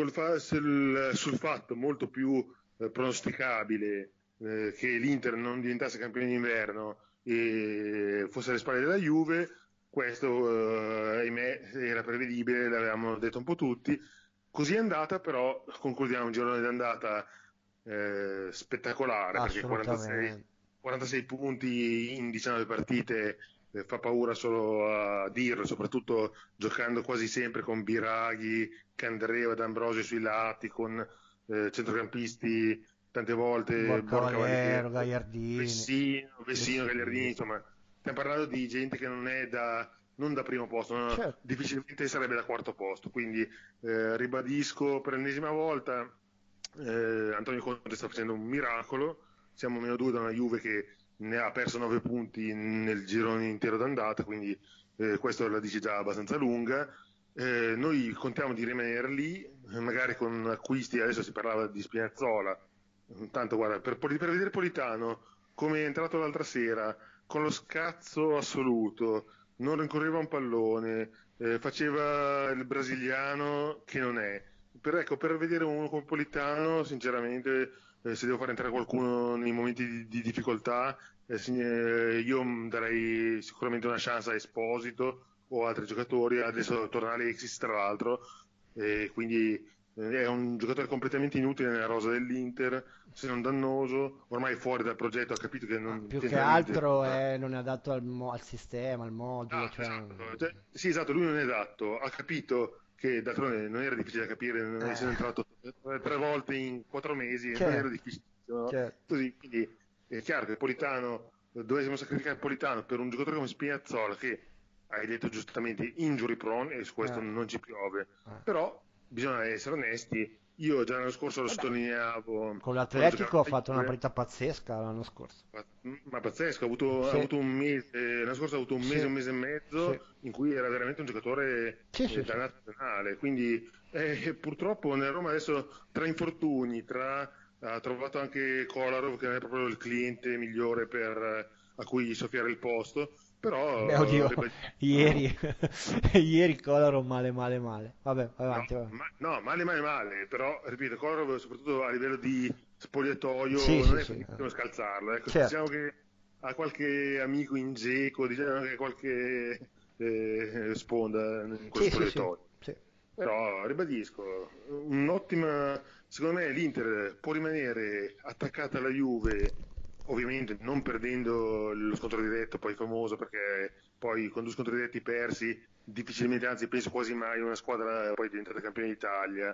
Sul fatto molto più pronosticabile che l'Inter non diventasse campione d'inverno e fosse alle spalle della Juve, questo, ahimè, era prevedibile, l'avevamo detto un po' tutti. Così è andata, però concludiamo un girone d'andata spettacolare perché Assolutamente. 46 punti in 19 partite fa paura solo a dirlo, soprattutto giocando quasi sempre con Biraghi, Candreva, D'Ambrosio sui lati, con centrocampisti tante volte Cavaliero, Borcavaliero, Gagliardini. Vessino, Gagliardini, Sì. insomma, stiamo parlando di gente che non da primo posto, no, Certo. difficilmente sarebbe da quarto posto, quindi ribadisco per l'ennesima volta, Antonio Conte sta facendo un miracolo, siamo meno due da una Juve che ne ha perso 9 punti nel girone intero d'andata, quindi questo la dice già abbastanza lunga. Noi contiamo di rimanere lì, magari con acquisti, adesso si parlava di Spinazzola, tanto guarda, per vedere Politano come è entrato l'altra sera, con lo scazzo assoluto, non rincorreva un pallone, faceva il brasiliano che non è. Per vedere uno come Politano, sinceramente, se devo fare entrare qualcuno nei momenti di difficoltà, io darei sicuramente una chance a Esposito o altri giocatori. Adesso torna Alexis, tra l'altro, quindi è un giocatore completamente inutile nella rosa dell'Inter, se non dannoso, ormai fuori dal progetto, ha capito che Ma non più che c'entra niente. altro non è adatto al sistema, al modulo, Ah, cioè... esatto. Cioè, sì, esatto, lui non è adatto, ha capito che d'altronde non era difficile da capire, essendo Eh, entrato 3 volte in 4 mesi, non era certo, difficile, no? certo. Così, quindi è chiaro che Politano, dovessimo sacrificare Politano per un giocatore come Spinazzola, che hai detto giustamente injury prone, e su questo Eh, non ci piove, eh. però bisogna essere onesti, io già l'anno scorso lo Vabbè, sottolineavo con quando giocava l'Atletico ha la fatto una Juve. partita pazzesca l'anno scorso. Ma pazzesco, ha Sì, avuto un mese, l'anno scorso ha avuto sì, un mese e sì, mezzo in cui era veramente un giocatore sì, sì, da sì. nazionale, quindi purtroppo nel Roma adesso tra infortuni, ha trovato anche Kolarov che non è proprio il cliente migliore a cui soffiare il posto, Beh, però oddio, ieri, ieri Kolarov male, male, male. Vabbè, vai no, avanti, vai avanti. no, male male male, però ripeto, Kolarov soprattutto a livello di Sì, spogliatoio non sì, è sì, facilissimo scalzarlo, ecco, diciamo certo. che ha qualche amico in Geco, diciamo che qualche sponda in quello Sì, sì, sì, spogliatoio. sì. Però ribadisco, un'ottima, secondo me l'Inter può rimanere attaccata alla Juve, ovviamente non perdendo lo scontro diretto, poi famoso, perché poi con 2 scontri diretti persi, difficilmente, anzi penso quasi mai una squadra poi diventata campione d'Italia,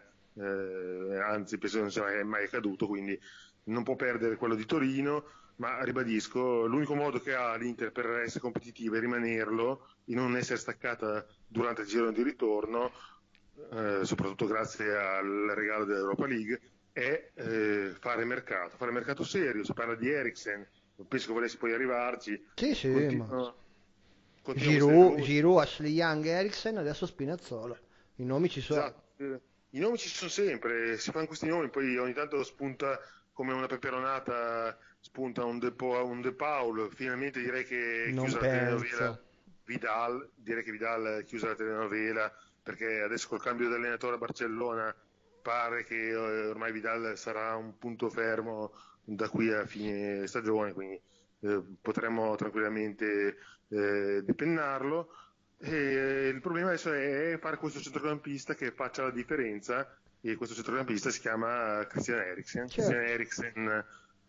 anzi penso non sia mai accaduto, quindi non può perdere quello di Torino, ma ribadisco, l'unico modo che ha l'Inter per essere competitiva è rimanerlo e non essere staccata durante il giro di ritorno, soprattutto grazie al regalo dell'Europa League, è fare mercato serio. Si parla di Eriksen, non penso che volessi poi arrivarci, Sì, sì, ma... continua queste Giroud, rumori. Giroud, Ashley Young, Eriksen, adesso Spinazzola. I nomi ci sono. Esatto, i nomi ci sono sempre, si fanno questi nomi, poi ogni tanto spunta come una peperonata, spunta un De Paul, finalmente direi che è Non chiusa la telenovela penso. Vidal, direi che Vidal è chiusa la telenovela, perché adesso col cambio di allenatore a Barcellona pare che ormai Vidal sarà un punto fermo da qui a fine stagione, quindi potremmo tranquillamente depennarlo. E il problema adesso è fare questo centrocampista che faccia la differenza, e questo centrocampista si chiama Christian Eriksen. Christian Certo. Eriksen,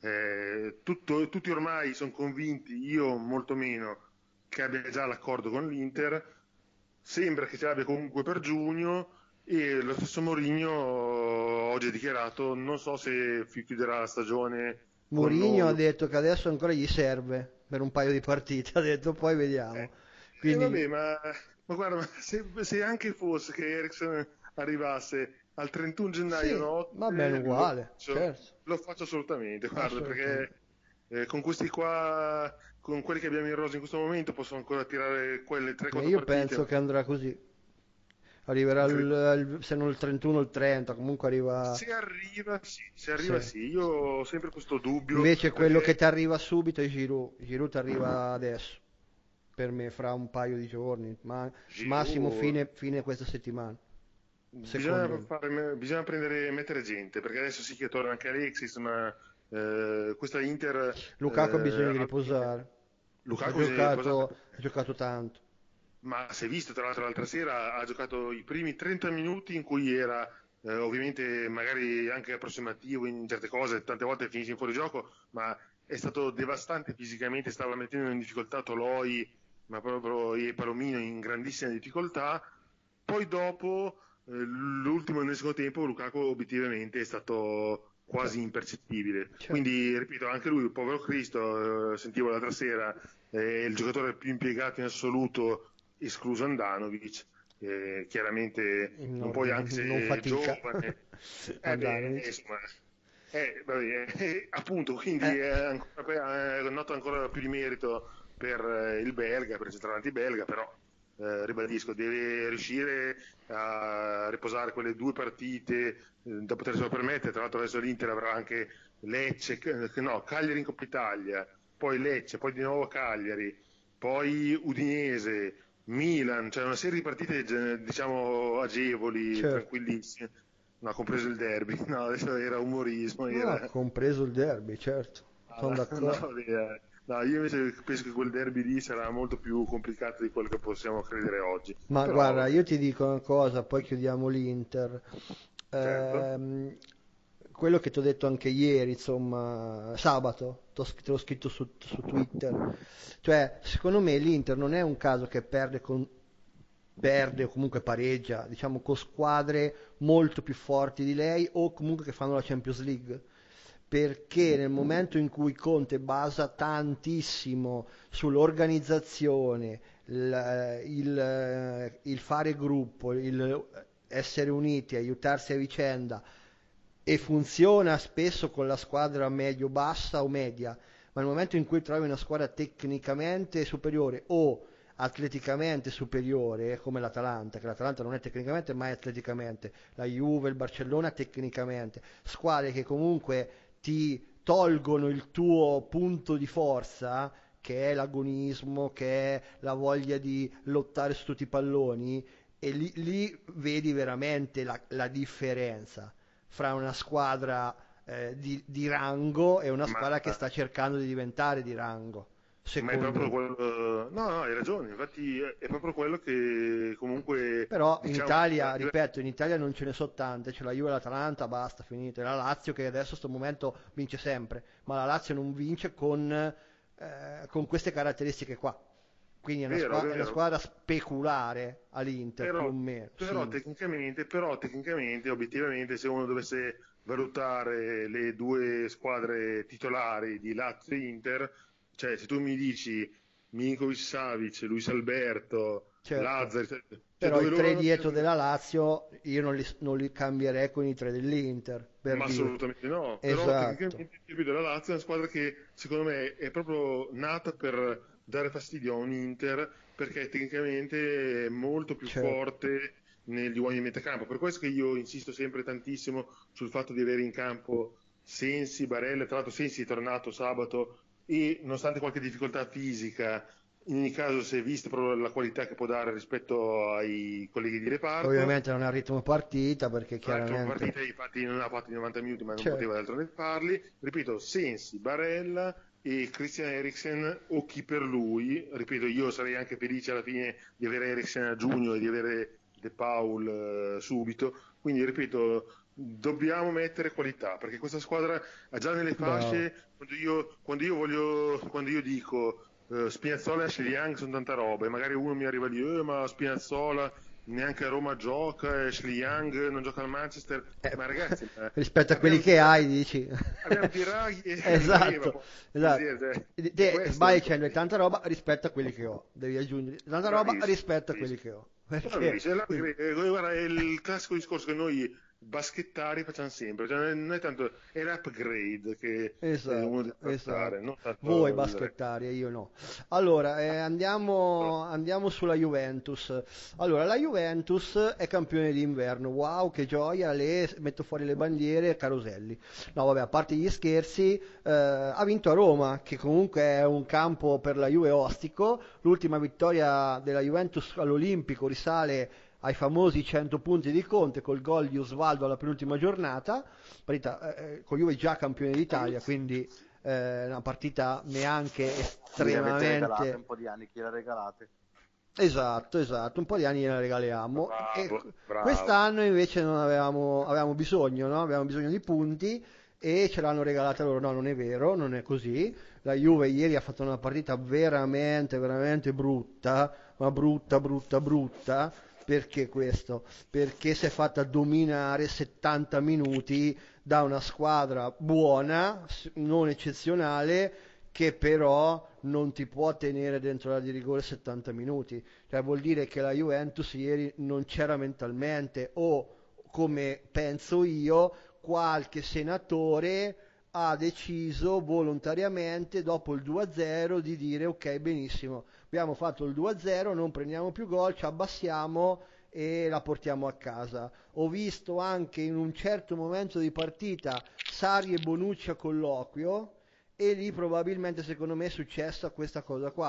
tutti ormai sono convinti, io molto meno, che abbia già l'accordo con l'Inter, sembra che ce l'abbia comunque per giugno, e lo stesso Mourinho oggi ha dichiarato, non so se chiuderà la stagione con Mourinho noi. ha detto che adesso ancora gli serve per un paio di partite, ha detto poi vediamo. Quindi, Vabbè, ma guarda, ma se anche fosse che Ericsson arrivasse al 31 gennaio sì, va bene notte, uguale, certo, lo faccio assolutamente, guarda, assolutamente. perché con questi qua, con quelli che abbiamo in rosa in questo momento, possono ancora tirare quelle E 3-4 io penso partite. che andrà così. Arriverà Incredibile. se non il 31 il 30, comunque arriva... Se arriva Sì. sì, io ho sempre questo dubbio, Invece quello che perché ti arriva subito è Giroud. Giroud ti arriva adesso, per me, fra un paio di giorni, ma massimo Giroud fine questa settimana, secondo bisogna me. bisogna mettere gente, perché adesso sì che torna anche Alexis, ma questa Inter, Lukaku ha bisogno di alla fine, riposare. Ha Lukaku si è riposato, giocato tanto. ma si è visto tra l'altro l'altra sera, ha giocato i primi 30 minuti in cui era ovviamente magari anche approssimativo in certe cose, tante volte finisce in fuorigioco, ma è stato devastante fisicamente, stava mettendo in difficoltà Toloi, ma proprio e Palomino in grandissima difficoltà. Poi dopo l'ultimo nel secondo tempo Lukaku obiettivamente è stato Cioè, quasi impercettibile. cioè, Quindi, ripeto, anche lui, povero Cristo, sentivo l'altra sera, è il giocatore più impiegato in assoluto, escluso Andanovic. Chiaramente non puoi, anche se non è fatica. giovane, Andanovic. insomma, vabbè, appunto, quindi Eh, è noto ancora più di merito per il belga, per il centravanti belga, però ribadisco, deve riuscire a riposare quelle 2 partite da poterselo permettere. Tra l'altro adesso l'Inter avrà anche Lecce, no, Cagliari in Coppa Italia, poi Lecce, poi di nuovo Cagliari. poi Udinese, Milan, cioè una serie di partite diciamo agevoli, Certo. tranquillissime. No, compreso il derby, no, adesso era umorismo, No, era... compreso il derby, certo, sono No, d'accordo. no, io invece penso che quel derby lì sarà molto più complicato di quello che possiamo credere oggi. Ma Però, guarda, vabbè, io ti dico una cosa, poi chiudiamo l'Inter. certo. Ehm, Quello che ti ho detto anche ieri, insomma, sabato, te l'ho scritto su Twitter. Cioè, secondo me l'Inter non è un caso che perde o comunque pareggia, diciamo, con squadre molto più forti di lei o comunque che fanno la Champions League. Perché nel momento in cui Conte basa tantissimo sull'organizzazione, il fare gruppo, il essere uniti, aiutarsi a vicenda, e funziona spesso con la squadra medio-bassa o media, ma nel momento in cui trovi una squadra tecnicamente superiore o atleticamente superiore, come l'Atalanta, che l'Atalanta non è tecnicamente ma è atleticamente, la Juve, il Barcellona tecnicamente, squadre che comunque ti tolgono il tuo punto di forza, che è l'agonismo, che è la voglia di lottare su tutti i palloni, e lì vedi veramente la differenza fra una squadra di rango e una Ma, squadra che sta cercando di diventare di rango, ma è secondo proprio me. quello... No, no, hai ragione, infatti è proprio quello che comunque, Però in diciamo... Italia, ripeto, in Italia non ce ne so tante, c'è la Juve e l'Atalanta, basta, finito. E la Lazio che adesso in questo momento vince sempre, ma la Lazio non vince con queste caratteristiche qua. Quindi Vero, è una vero. squadra speculare all'Inter, più Però, o meno, però, sì. tecnicamente, obiettivamente, se uno dovesse valutare le due squadre titolari di Lazio e Inter, cioè se tu mi dici Milinkovic, Savic, Luis Alberto, Certo. Lazzari, cioè Però dove i loro tre hanno dietro preso... della Lazio io non li cambierei con i tre dell'Inter, per Ma dirti. assolutamente no, però Esatto, tecnicamente ripeto, la Lazio è una squadra che secondo me è proprio nata per dare fastidio a un Inter perché tecnicamente è molto più certo. forte negli uomini di metacampo. Per questo che io insisto sempre tantissimo sul fatto di avere in campo Sensi, Barella, tra l'altro Sensi è tornato sabato e nonostante qualche difficoltà fisica, in ogni caso si è vista proprio la qualità che può dare rispetto ai colleghi di reparto. Ovviamente non è a ritmo partita perché L'altra chiaramente... partita, infatti, non ha fatto i 90 minuti, ma non poteva Certo, d'altronde farli. Ripeto, Sensi, Barella e Christian Eriksen o chi per lui. Ripeto, io sarei anche felice alla fine di avere Eriksen a giugno e di avere De Paul subito. Quindi, ripeto, dobbiamo mettere qualità perché questa squadra ha già nelle bravo. fasce. Quando io dico Spinazzola e Ashley Young sono tanta roba, e magari uno mi arriva lì, ma Spinazzola neanche a Roma gioca, Ashley Young non gioca al Manchester, Eh, ma ragazzi, rispetto a quelli abbiamo che hai, Biraghi, dici. abbiamo Biraghi e Riva, Esatto, voglio esatto. dire, cioè, è Te questo sbagli il dicendo problema. tanta roba rispetto a quelli che ho. Devi aggiungere tanta roba Bravissimo, rispetto a quelli bravissimo. che ho. Perché... Bravissimo, guarda, è il classico discorso che noi baschettari facciamo sempre, cioè, non è tanto, è l'upgrade che uno Esatto, deve fare, esatto. non tanto Voi il resto. baschettari e io no. Allora, andiamo sulla Juventus. Allora, la Juventus è campione d'inverno. Wow, che gioia! Metto fuori le bandiere, caroselli. No, vabbè, a parte gli scherzi, ha vinto a Roma, che comunque è un campo per la Juve ostico. L'ultima vittoria della Juventus all'Olimpico risale ai famosi 100 punti di Conte col gol di Osvaldo alla penultima giornata, partita con Juve già campione d'Italia, quindi una partita neanche Gliele avete regalate estremamente... un po' di anni, che le regalate. Esatto, esatto, un po' di anni gliela regaliamo. Bravo, bravo. Quest'anno invece non avevamo bisogno, no? Avevamo bisogno di punti e ce l'hanno regalata loro. No, non è vero, non è così. La Juve ieri ha fatto una partita veramente, veramente brutta, ma brutta, brutta, brutta. Perché questo? Perché si è fatta dominare 70 minuti da una squadra buona, non eccezionale, che però non ti può tenere dentro la di rigore 70 minuti. Cioè vuol dire che la Juventus ieri non c'era mentalmente o, come penso io, qualche senatore ha deciso volontariamente dopo il 2-0 di dire ok, benissimo, abbiamo fatto il 2-0, non prendiamo più gol, ci abbassiamo e la portiamo a casa. Ho visto anche in un certo momento di partita Sarri e Bonucci a colloquio e lì probabilmente secondo me è successa questa cosa qua,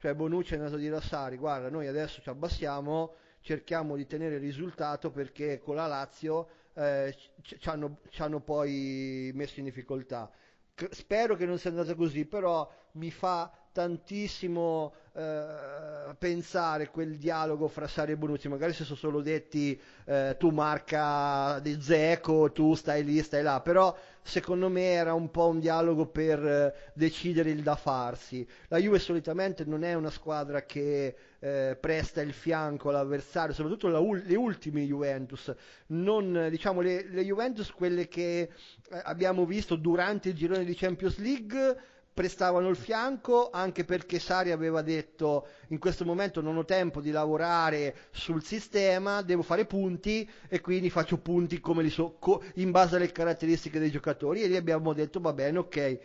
Cioè Bonucci è andato a dire a Sarri: guarda, noi adesso ci abbassiamo, cerchiamo di tenere il risultato perché con la Lazio ci hanno poi messo in difficoltà. Spero che non sia andato così, però mi fa tantissimo pensare quel dialogo fra Sarri e Bonucci. Magari si sono solo detti tu marca di Dzeko, tu stai lì, stai là, però secondo me era un po' un dialogo per decidere il da farsi. La Juve solitamente non è una squadra che presta il fianco all'avversario, soprattutto le ultime Juventus, non diciamo le Juventus, quelle che abbiamo visto durante il girone di Champions League, prestavano il fianco, anche perché Sarri aveva detto: in questo momento non ho tempo di lavorare sul sistema, devo fare punti e quindi faccio punti come in base alle caratteristiche dei giocatori, e lì abbiamo detto va bene, ok,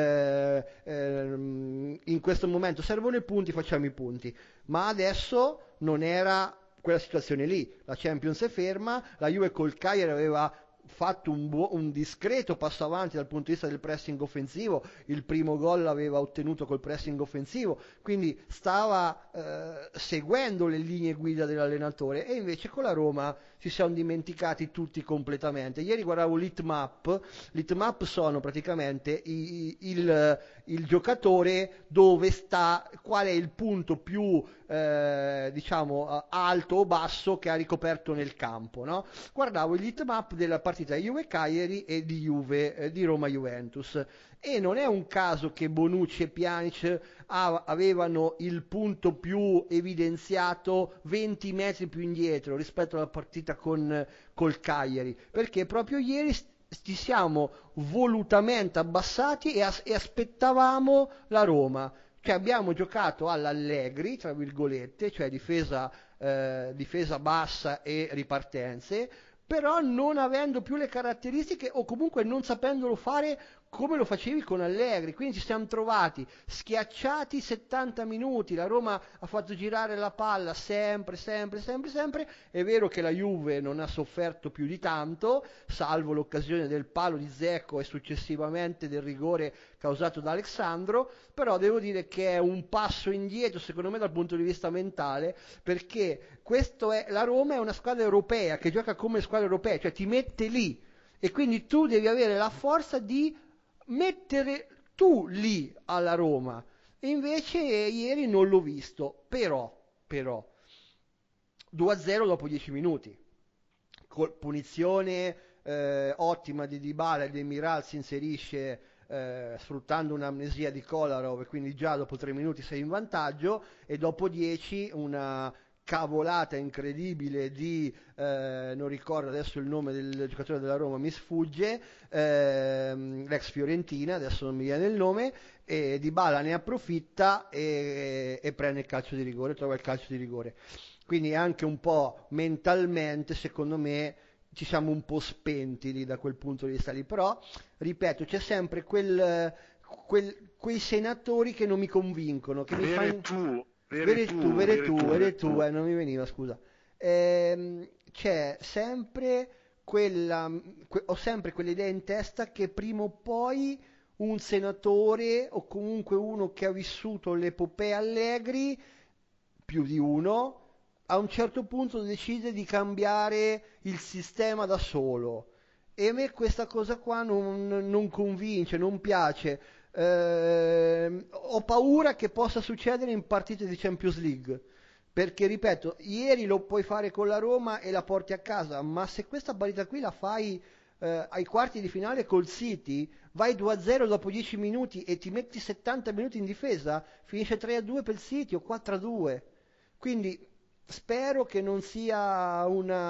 in questo momento servono i punti, facciamo i punti. Ma adesso non era quella situazione lì, la Champions è ferma, la Juve col Cagliari aveva fatto un discreto passo avanti dal punto di vista del pressing offensivo, il primo gol l'aveva ottenuto col pressing offensivo, quindi stava seguendo le linee guida dell'allenatore, e invece con la Roma ci siamo dimenticati tutti completamente. Ieri guardavo l'heatmap sono praticamente il giocatore dove sta, qual è il punto più diciamo alto o basso che ha ricoperto nel campo, no? Guardavo il heatmap della partita Juve-Cagliari e di Roma-Juventus, e non è un caso che Bonucci e Pjanic avevano il punto più evidenziato 20 metri più indietro rispetto alla partita col Cagliari, perché proprio ieri ci siamo volutamente abbassati e aspettavamo la Roma. Cioè abbiamo giocato all'Allegri, tra virgolette, cioè difesa bassa e ripartenze, però non avendo più le caratteristiche, o comunque non sapendolo fare come lo facevi con Allegri. Quindi ci siamo trovati schiacciati 70 minuti, la Roma ha fatto girare la palla sempre. È vero che la Juve non ha sofferto più di tanto, salvo l'occasione del palo di Dzeko e successivamente del rigore causato da Alexandro, però devo dire che è un passo indietro secondo me dal punto di vista mentale, perché la Roma è una squadra europea che gioca come squadra europea, cioè ti mette lì, e quindi tu devi avere la forza di mettere tu lì alla Roma, e invece ieri non l'ho visto. Però 2-0 dopo 10 minuti, punizione ottima di Dybala, e Demiral si inserisce sfruttando un'amnesia di Kolarov, e quindi già dopo 3 minuti sei in vantaggio, e dopo 10 una cavolata incredibile di non ricordo adesso il nome del giocatore della Roma, mi sfugge, l'ex Fiorentina, adesso non mi viene il nome, e Dybala ne approfitta e prende il calcio di rigore, trova il calcio di rigore. Quindi anche un po' mentalmente secondo me ci siamo un po' spenti lì da quel punto di vista lì, però ripeto, c'è sempre quei senatori che non mi convincono, che mi fanno... Veretù, non mi veniva, scusa. C'è sempre ho sempre quell'idea in testa che prima o poi un senatore, o comunque uno che ha vissuto l'epopea Allegri, più di uno, a un certo punto decide di cambiare il sistema da solo, e a me questa cosa qua non convince, non piace. Ho paura che possa succedere in partite di Champions League, perché ripeto, ieri lo puoi fare con la Roma e la porti a casa, ma se questa partita qui la fai ai quarti di finale col City, vai 2-0 dopo 10 minuti e ti metti 70 minuti in difesa, finisce 3-2 per il City o 4-2. Quindi spero che non sia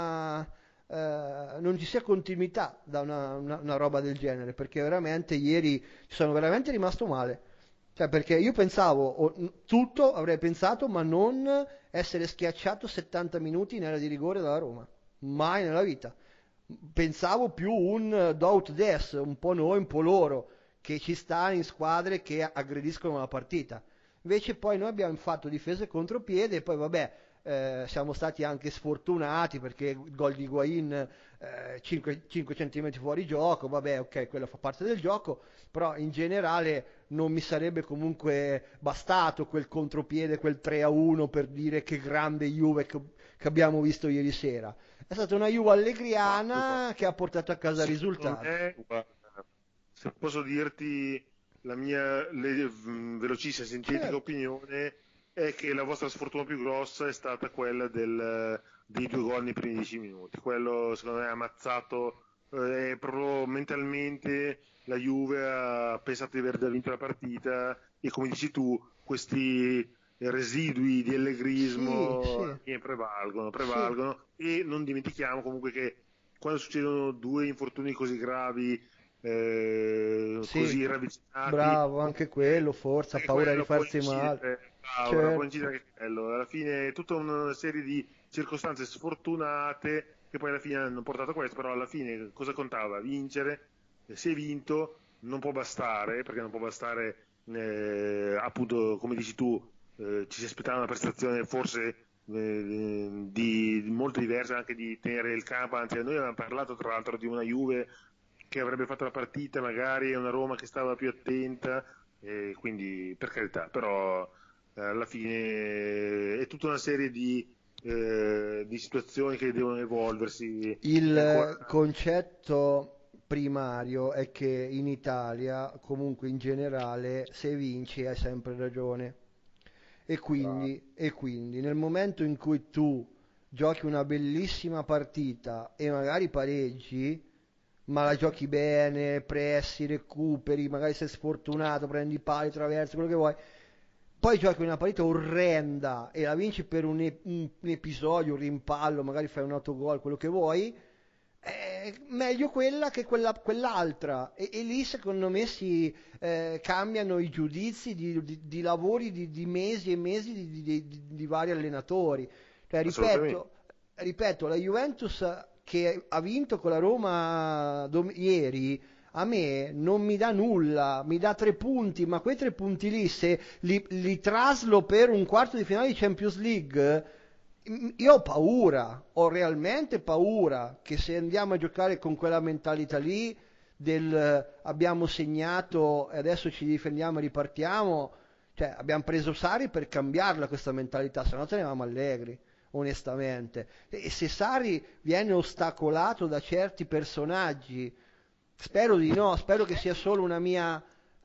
non ci sia continuità da una roba del genere, perché veramente ieri ci sono veramente rimasto male. Cioè, perché io pensavo tutto, avrei pensato, ma non essere schiacciato 70 minuti in area di rigore dalla Roma, mai nella vita. Pensavo più un do ut des, un po' noi, un po' loro, che ci sta in squadre che aggrediscono la partita. Invece poi noi abbiamo fatto difesa e contropiede, e poi vabbè, siamo stati anche sfortunati perché il gol di Higuain 5 centimetri fuori gioco, vabbè, ok, quello fa parte del gioco, però in generale non mi sarebbe comunque bastato quel contropiede, quel 3-1 per dire che grande Juve che abbiamo visto ieri sera. È stata una Juve allegriana che ha portato a casa il risultato. Guarda, se posso dirti la mia velocissima sintetica Certo. opinione, è che la vostra sfortuna più grossa è stata quella dei 2 gol nei primi 10 minuti. Quello secondo me ha ammazzato, proprio mentalmente la Juve ha pensato di aver già vinto la partita, e come dici tu, questi residui di allegrismo Sì. prevalgono, e non dimentichiamo comunque che quando succedono 2 infortuni così gravi, così ravvicinati, Bravo, anche quello, forza, anche paura di quello può farsi male. incidere, può Certo. incidere anche quello. Alla fine è tutta una serie di circostanze sfortunate che poi alla fine hanno portato a questo, però alla fine cosa contava? Vincere. Si è vinto, non può bastare, perché non può bastare, appunto, come dici tu, ci si aspettava una prestazione forse di molto diversa, anche di tenere il campo. Anzi, noi avevamo parlato tra l'altro di una Juve che avrebbe fatto la partita, magari una Roma che stava più attenta, quindi per carità, però alla fine è tutta una serie di situazioni che devono evolversi, e ancora. Il concetto primario è che in Italia, comunque in generale, se vinci hai sempre ragione. Bravo. E quindi nel momento in cui tu giochi una bellissima partita e magari pareggi, ma la giochi bene, pressi, recuperi, magari sei sfortunato, prendi pali, traversi, quello che vuoi, poi giochi una partita orrenda e la vinci per un episodio, un rimpallo, magari fai un autogol, quello che vuoi, è meglio quella che quell'altra. E lì secondo me si cambiano i giudizi di lavori di mesi e mesi di vari allenatori. Cioè, Assolutamente. ripeto, la Juventus che ha vinto con la Roma ieri, a me non mi dà nulla, mi dà 3 punti, ma quei 3 punti lì, se li traslo per un quarto di finale di Champions League, io ho paura, ho realmente paura che se andiamo a giocare con quella mentalità lì del abbiamo segnato e adesso ci difendiamo e ripartiamo, cioè abbiamo preso Sarri per cambiarla questa mentalità, se no tenevamo Allegri, onestamente. E se Sarri viene ostacolato da certi personaggi, spero di no, spero che sia solo una mia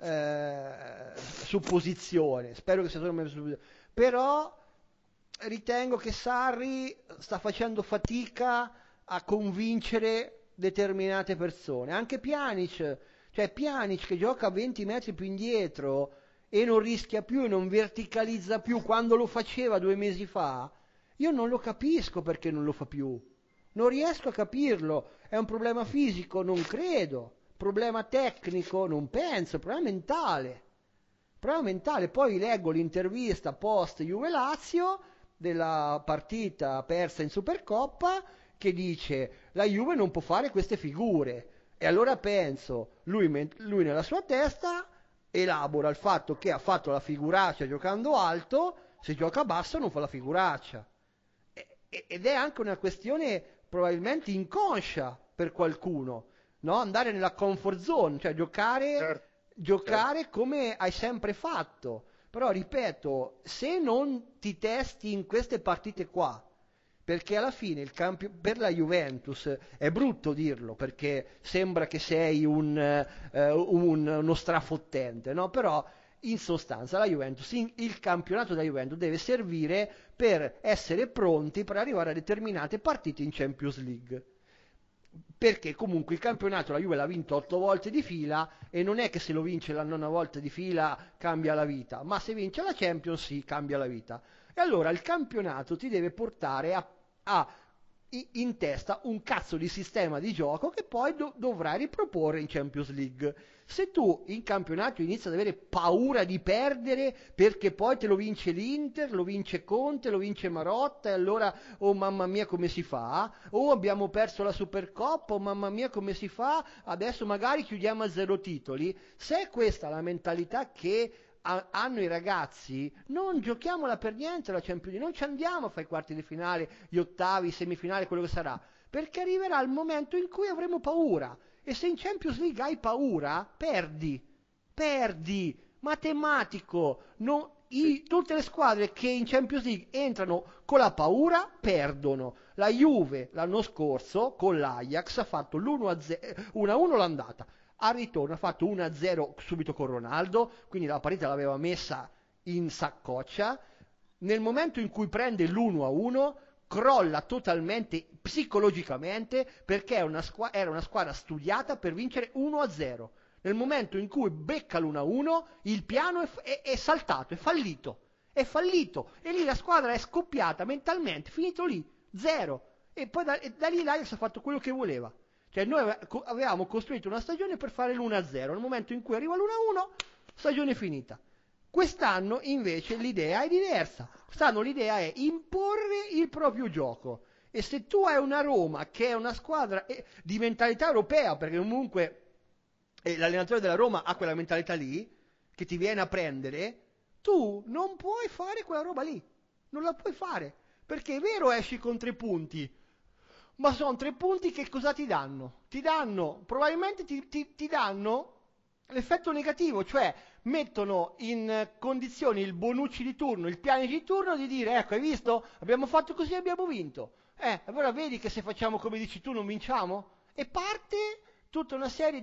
supposizione, spero che sia solo una mia supposizione, però ritengo che Sarri sta facendo fatica a convincere determinate persone, anche Pjanic, cioè Pjanic che gioca a 20 metri più indietro e non rischia più e non verticalizza più quando lo faceva 2 mesi fa, io non lo capisco perché non lo fa più. Non riesco a capirlo. È un problema fisico? Non credo. Problema tecnico? Non penso. Problema mentale. Problema mentale. Poi leggo l'intervista post Juve Lazio della partita persa in Supercoppa che dice la Juve non può fare queste figure. E allora penso, lui nella sua testa elabora il fatto che ha fatto la figuraccia giocando alto, se gioca basso non fa la figuraccia. Ed è anche una questione probabilmente inconscia per qualcuno, no? Andare nella comfort zone, cioè Certo, certo. giocare come hai sempre fatto. Però ripeto, se non ti testi in queste partite qua, perché alla fine per la Juventus è brutto dirlo perché sembra che sei uno strafottente, no? Però in sostanza la Juventus, il campionato della Juventus deve servire per essere pronti per arrivare a determinate partite in Champions League. Perché comunque il campionato la Juve l'ha vinto 8 volte di fila e non è che se lo vince la 9ª volta di fila cambia la vita, ma se vince la Champions sì cambia la vita. E allora il campionato ti deve portare a in testa un cazzo di sistema di gioco che poi dovrai riproporre in Champions League. Se tu in campionato inizi ad avere paura di perdere perché poi te lo vince l'Inter, lo vince Conte, lo vince Marotta e allora oh mamma mia come si fa? Oh abbiamo perso la Supercoppa, oh mamma mia come si fa? Adesso magari chiudiamo a 0 titoli. Se è questa la mentalità che hanno i ragazzi, non giochiamola per niente la Champions League, non ci andiamo a fare i quarti di finale, gli ottavi, i semifinali, quello che sarà, perché arriverà il momento in cui avremo paura, e se in Champions League hai paura, perdi, matematico, tutte le squadre che in Champions League entrano con la paura perdono. La Juve l'anno scorso con l'Ajax ha fatto l'1-1 l'andata, al ritorno ha fatto 1-0 subito con Ronaldo, quindi la partita l'aveva messa in saccoccia. Nel momento in cui prende l'1-1 crolla totalmente psicologicamente, perché era una squadra studiata per vincere 1-0. Nel momento in cui becca l'1-1 il piano è saltato, è fallito, e lì la squadra è scoppiata mentalmente, finito lì, 0, e poi da lì l'Ajax ha fatto quello che voleva. Cioè noi avevamo costruito una stagione per fare l'1-0, nel momento in cui arriva l'1-1 stagione finita. Quest'anno invece l'idea è diversa, quest'anno l'idea è imporre il proprio gioco, e se tu hai una Roma che è una squadra di mentalità europea, perché comunque l'allenatore della Roma ha quella mentalità lì, che ti viene a prendere, tu non puoi fare quella roba lì, non la puoi fare, perché è vero esci con 3 punti, ma sono 3 punti che cosa ti danno? Probabilmente ti danno l'effetto negativo, cioè mettono in condizioni il Bonucci di turno, il Pjanic di turno, di dire ecco, hai visto? Abbiamo fatto così e abbiamo vinto. Allora vedi che se facciamo come dici tu non vinciamo? E parte tutta una serie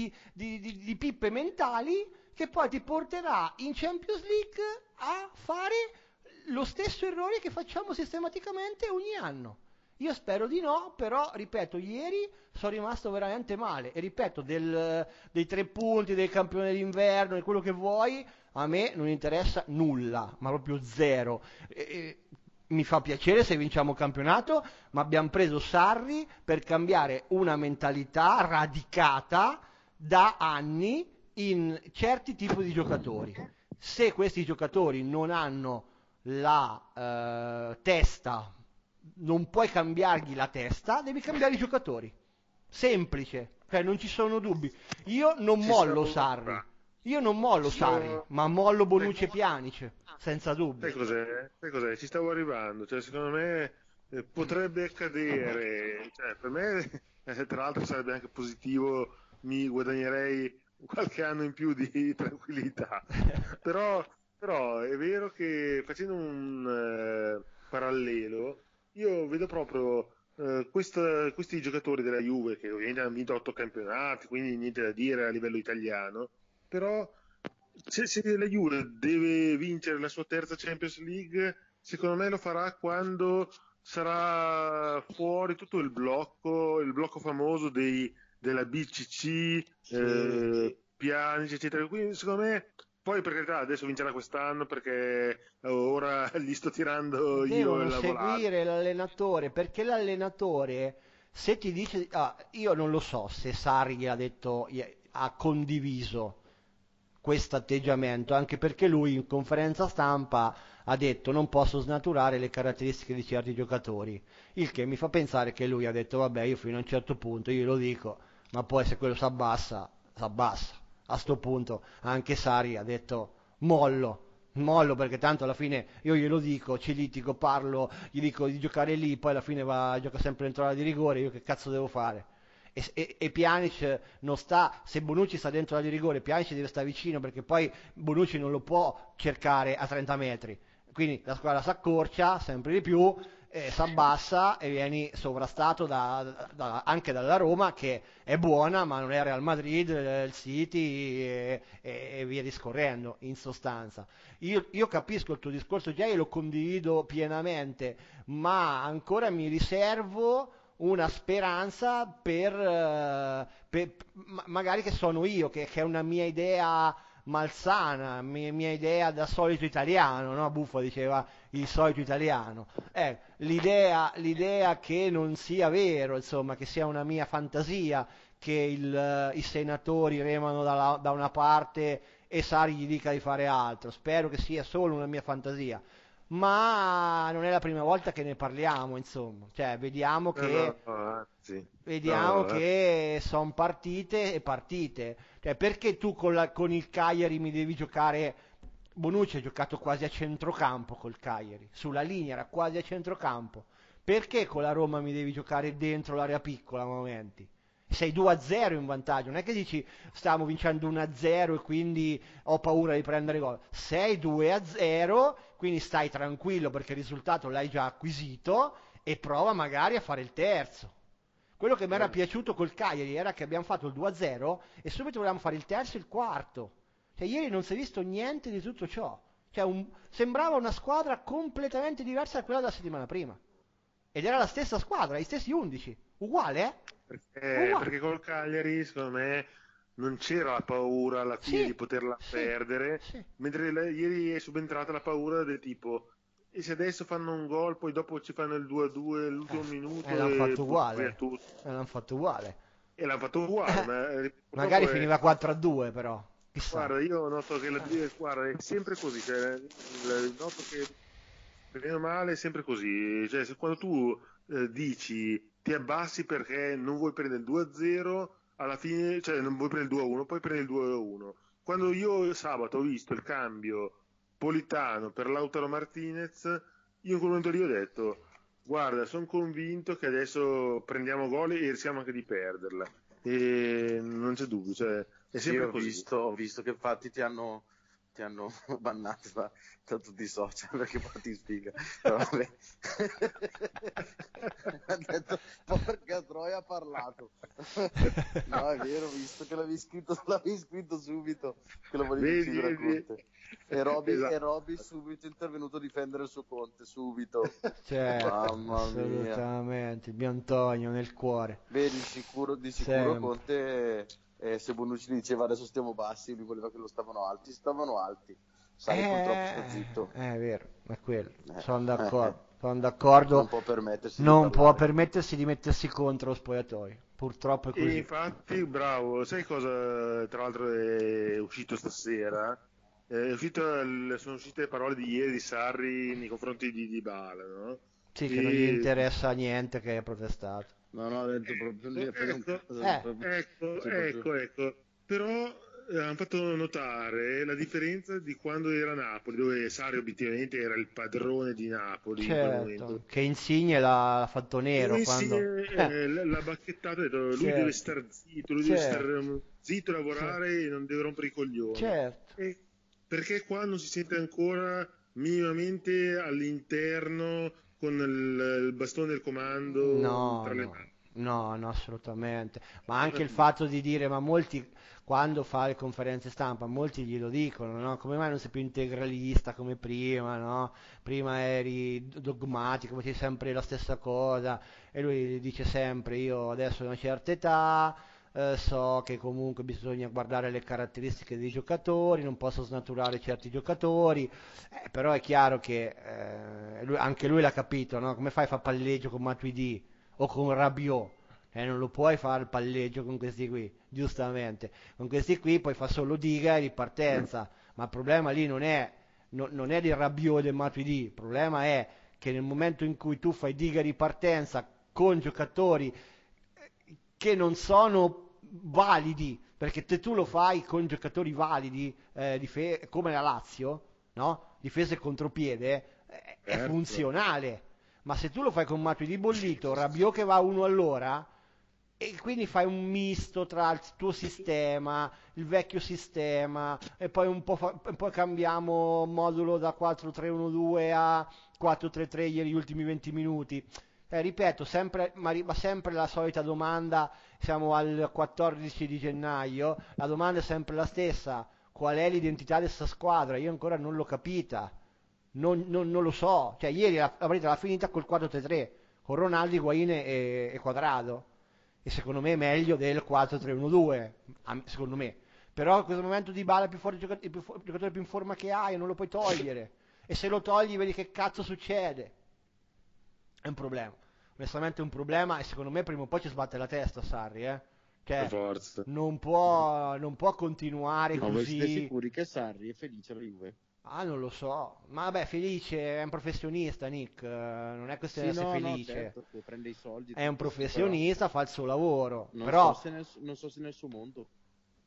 di pippe mentali che poi ti porterà in Champions League a fare lo stesso errore che facciamo sistematicamente ogni anno. Io spero di no, però ripeto, ieri sono rimasto veramente male, e ripeto, dei 3 punti, del campione d'inverno, di quello che vuoi, a me non interessa nulla, ma proprio zero. Mi fa piacere se vinciamo il campionato, ma abbiamo preso Sarri per cambiare una mentalità radicata da anni in certi tipi di giocatori. Se questi giocatori non hanno la testa, non puoi cambiargli la testa, devi cambiare i giocatori. Semplice, cioè non ci sono dubbi. Io non mollo Sarri, ma mollo Bonucci e Pjanic, senza dubbio. Sai cos'è? Ci stavo arrivando, cioè secondo me potrebbe accadere, cioè per me tra l'altro sarebbe anche positivo, mi guadagnerei qualche anno in più di tranquillità, però è vero che facendo un parallelo, io vedo proprio questi giocatori della Juve, che ovviamente hanno vinto 8 campionati, quindi niente da dire a livello italiano, però se la Juve deve vincere la sua terza Champions League, secondo me lo farà quando sarà fuori tutto il blocco famoso della BCC, Pjanic, eccetera. Quindi secondo me, poi per carità adesso vincerà quest'anno, perché ora gli sto tirando io la volata. Seguire l'allenatore, perché l'allenatore, se ti dice, io non lo so se Sarri gli ha detto, ha condiviso questo atteggiamento, anche perché lui in conferenza stampa ha detto non posso snaturare le caratteristiche di certi giocatori, il che mi fa pensare che lui ha detto vabbè, io fino a un certo punto io lo dico, ma poi se quello si abbassa. A sto punto anche Sarri ha detto mollo, perché tanto alla fine io glielo dico, ci litigo, parlo, gli dico di giocare lì, poi alla fine gioca sempre dentro l'area di rigore, io che cazzo devo fare? E Pjanic non sta, se Bonucci sta dentro l'area di rigore, Pjanic deve stare vicino, perché poi Bonucci non lo può cercare a 30 metri, quindi la squadra si accorcia sempre di più, si abbassa e vieni sovrastato anche dalla Roma, che è buona ma non è Real Madrid, il City e via discorrendo, in sostanza. Io capisco il tuo discorso già e lo condivido pienamente, ma ancora mi riservo una speranza magari che sono io, che è una mia idea malsana, mia idea da solito italiano, no? Buffo diceva il solito italiano, l'idea che non sia vero, insomma, che sia una mia fantasia, che i senatori remano da una parte e Sarri gli dica di fare altro. Spero che sia solo una mia fantasia, ma non è la prima volta che ne parliamo, insomma, cioè vediamo che che sono partite e partite. Cioè, perché tu con il Cagliari mi devi giocare Bonucci ha giocato quasi a centrocampo col Cagliari, sulla linea era quasi a centrocampo. Perché con la Roma mi devi giocare dentro l'area piccola a momenti? Sei 2-0 in vantaggio, non è che dici stiamo vincendo 1-0 e quindi ho paura di prendere gol. Sei 2-0, quindi stai tranquillo perché il risultato l'hai già acquisito e prova magari a fare il terzo. Quello che mi era piaciuto col Cagliari era che abbiamo fatto il 2-0 e subito volevamo fare il terzo e il quarto. Cioè ieri non si è visto niente di tutto ciò. Cioè sembrava una squadra completamente diversa da quella della settimana prima. Ed era la stessa squadra, gli stessi 11. Uguale, Uguale. Perché col Cagliari, secondo me, non c'era la paura alla fine Sì, di poterla sì, perdere, sì. mentre ieri è subentrata la paura del tipo, e se adesso fanno un gol, poi dopo ci fanno il 2-2 all'ultimo minuto L'hanno e fatto buttano via uguale. tutto. L'hanno fatto uguale. E l'hanno fatto uguale, ma Magari purtroppo è... finiva 4-2 però. Chissà. Guarda, io noto che guarda, è sempre così, cioè, noto che bene o male è sempre così, cioè, quando tu dici ti abbassi perché non vuoi prendere il 2-0, alla fine, cioè non vuoi prendere il 2-1, poi prendi il 2-1. Quando io sabato ho visto il cambio Politano per Lautaro Martinez, io in quel momento lì ho detto, guarda, sono convinto che adesso prendiamo gol e rischiamo anche di perderla. E non c'è dubbio, cioè, è Sì, sempre così. ho visto che infatti ti hanno bannato da tutti i social perché poi ti spiega. Però vabbè. Ha detto, porca troia, ha parlato. No, è vero, ho visto che l'avevi scritto subito, che lo volevi Vedi, uccidere a vedi. Conte. E Esatto. Robby subito intervenuto a difendere il suo Conte, subito. Certo, Mamma mia. assolutamente. Il mio Antonio nel cuore. Beh, di sicuro Sempre. Conte, se Bonucci gli diceva adesso stiamo bassi, lui voleva che lo stavano alti. Sarri purtroppo sta zitto. È vero, è quello. Eh, Sono eh. d'accordo. Sono d'accordo. Non può permettersi di Non può parlare. permettersi di mettersi contro lo spogliatoio. Purtroppo è E così. infatti, bravo, sai cosa tra l'altro è uscito stasera? Sono uscite le parole di ieri di Sarri nei confronti di Dybala, no? Sì, che non gli E interessa niente che hai protestato. No, no, ha detto proprio non gli frega un ecco, cazzo. ecco, Sì, proprio. ecco. Però hanno fatto notare la differenza di quando era Napoli, dove Sarri obiettivamente era il padrone di Napoli in quel momento. Certo, che Insigne l'ha fatto E nero lui quando... l'ha bacchettato e ha detto lui deve Certo, stare zitto, lui deve certo, stare zitto, certo, lavorare e non deve rompere i coglioni. certo. E perché qua non si sente ancora minimamente all'interno con il bastone del comando No, tra le no, mani. no, no, assolutamente. Ma anche il fatto di dire, ma molti, quando fa le conferenze stampa, molti glielo dicono, no? Come mai non sei più integralista come prima, no? Prima eri dogmatico, facevi sempre la stessa cosa. E lui dice sempre, io adesso ho una certa età, so che comunque bisogna guardare le caratteristiche dei giocatori, non posso snaturare certi giocatori. Però è chiaro che anche lui l'ha capito, no? Come fai a fare palleggio con Matuidi o con Rabiot? Non lo puoi fare il palleggio con questi qui, giustamente. Con questi qui poi fa solo diga e ripartenza, ma il problema lì non è di Rabiot e del Matuidi, il problema è che nel momento in cui tu fai diga e ripartenza con giocatori che non sono validi, perché se tu lo fai con giocatori validi, come la Lazio, no? Difesa e contropiede, è Certo. funzionale. Ma se tu lo fai con Matuidi bollito, Rabiot che va a uno all'ora, e quindi fai un misto tra il tuo sistema, il vecchio sistema, e poi poi cambiamo modulo da 4-3-1-2 a 4-3-3 gli ultimi 20 minuti. Ripeto, sempre, ma arriva sempre la solita domanda, siamo al 14 di gennaio, la domanda è sempre la stessa, qual è l'identità di questa squadra? Io ancora non l'ho capita, non lo so, cioè ieri avrete la finita col 4-3-3, con Ronaldo, Higuain e Quadrado, e secondo me è meglio del 4-3-1-2, secondo me. Però in questo momento Dybala è più forte, il giocatore più in forma che hai, e non lo puoi togliere. E se lo togli vedi che cazzo succede. È un problema. Onestamente è un problema e secondo me prima o poi ci sbatte la testa Sarri, eh. Per Cioè, forza. non può continuare Ma voi siete così. sicuri che Sarri è felice alla Juve? Ah, non lo so. Ma vabbè, felice, è un professionista, Nick. Non è questione Sì, di essere no, felice. certo, che prende i soldi, È un tutto, sì, però professionista, fa il suo lavoro. non so Però se non so se nel suo mondo.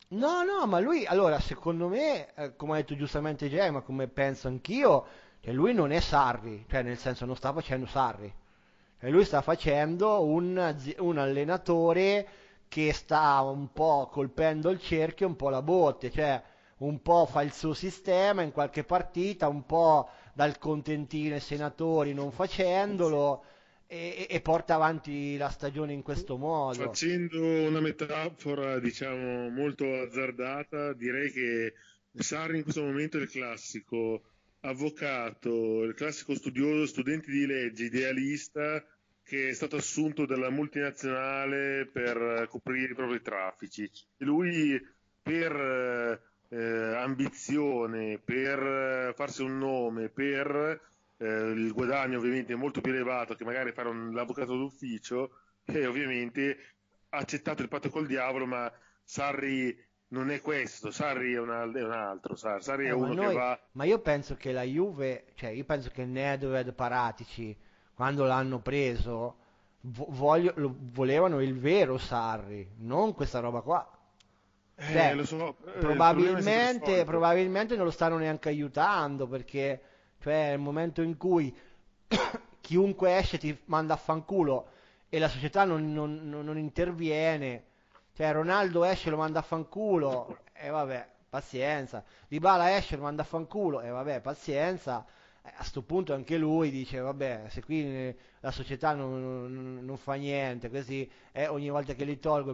No, no, ma lui, allora, secondo me, come ha detto giustamente Jay, ma come penso anch'io, cioè lui non è Sarri, cioè nel senso non sta facendo Sarri. E lui sta facendo un allenatore che sta un po' colpendo il cerchio, un po' la botte, cioè un po' fa il suo sistema in qualche partita, un po' dà il contentino ai senatori non facendolo e porta avanti la stagione in questo modo. Facendo una metafora, diciamo, molto azzardata, direi che Sarri in questo momento è il classico avvocato, il classico studioso, studente di legge, idealista, che è stato assunto dalla multinazionale per coprire i propri traffici. E lui, per ambizione, per farsi un nome, per il guadagno ovviamente molto più elevato che magari fare l'avvocato d'ufficio, e ovviamente ha accettato il patto col diavolo, ma Sarri non è questo, Sarri è un altro, Sarri è Ma uno che noi, va. ma io penso che la Juve, cioè io penso che Nedved, Paratici, quando l'hanno preso, volevano il vero Sarri, non questa roba qua. Cioè, Lo so, il problema è sempre il probabilmente, solito. probabilmente non lo stanno neanche aiutando perché, cioè, nel momento in cui chiunque esce ti manda a fanculo e la società non interviene, cioè Ronaldo esce e lo manda a fanculo e vabbè, pazienza. Dybala esce e lo manda a fanculo e vabbè, pazienza. A sto punto anche lui dice, vabbè, se qui la società non fa niente, così ogni volta che li tolgo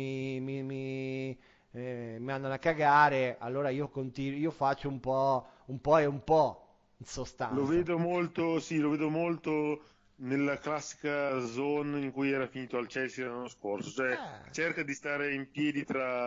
mi mandano a cagare, allora io continuo, io faccio un po' e un po', in Lo sostanza. vedo molto, sì, lo vedo molto nella classica zone in cui era finito al Chelsea l'anno scorso, cioè Eh, cerca di stare in piedi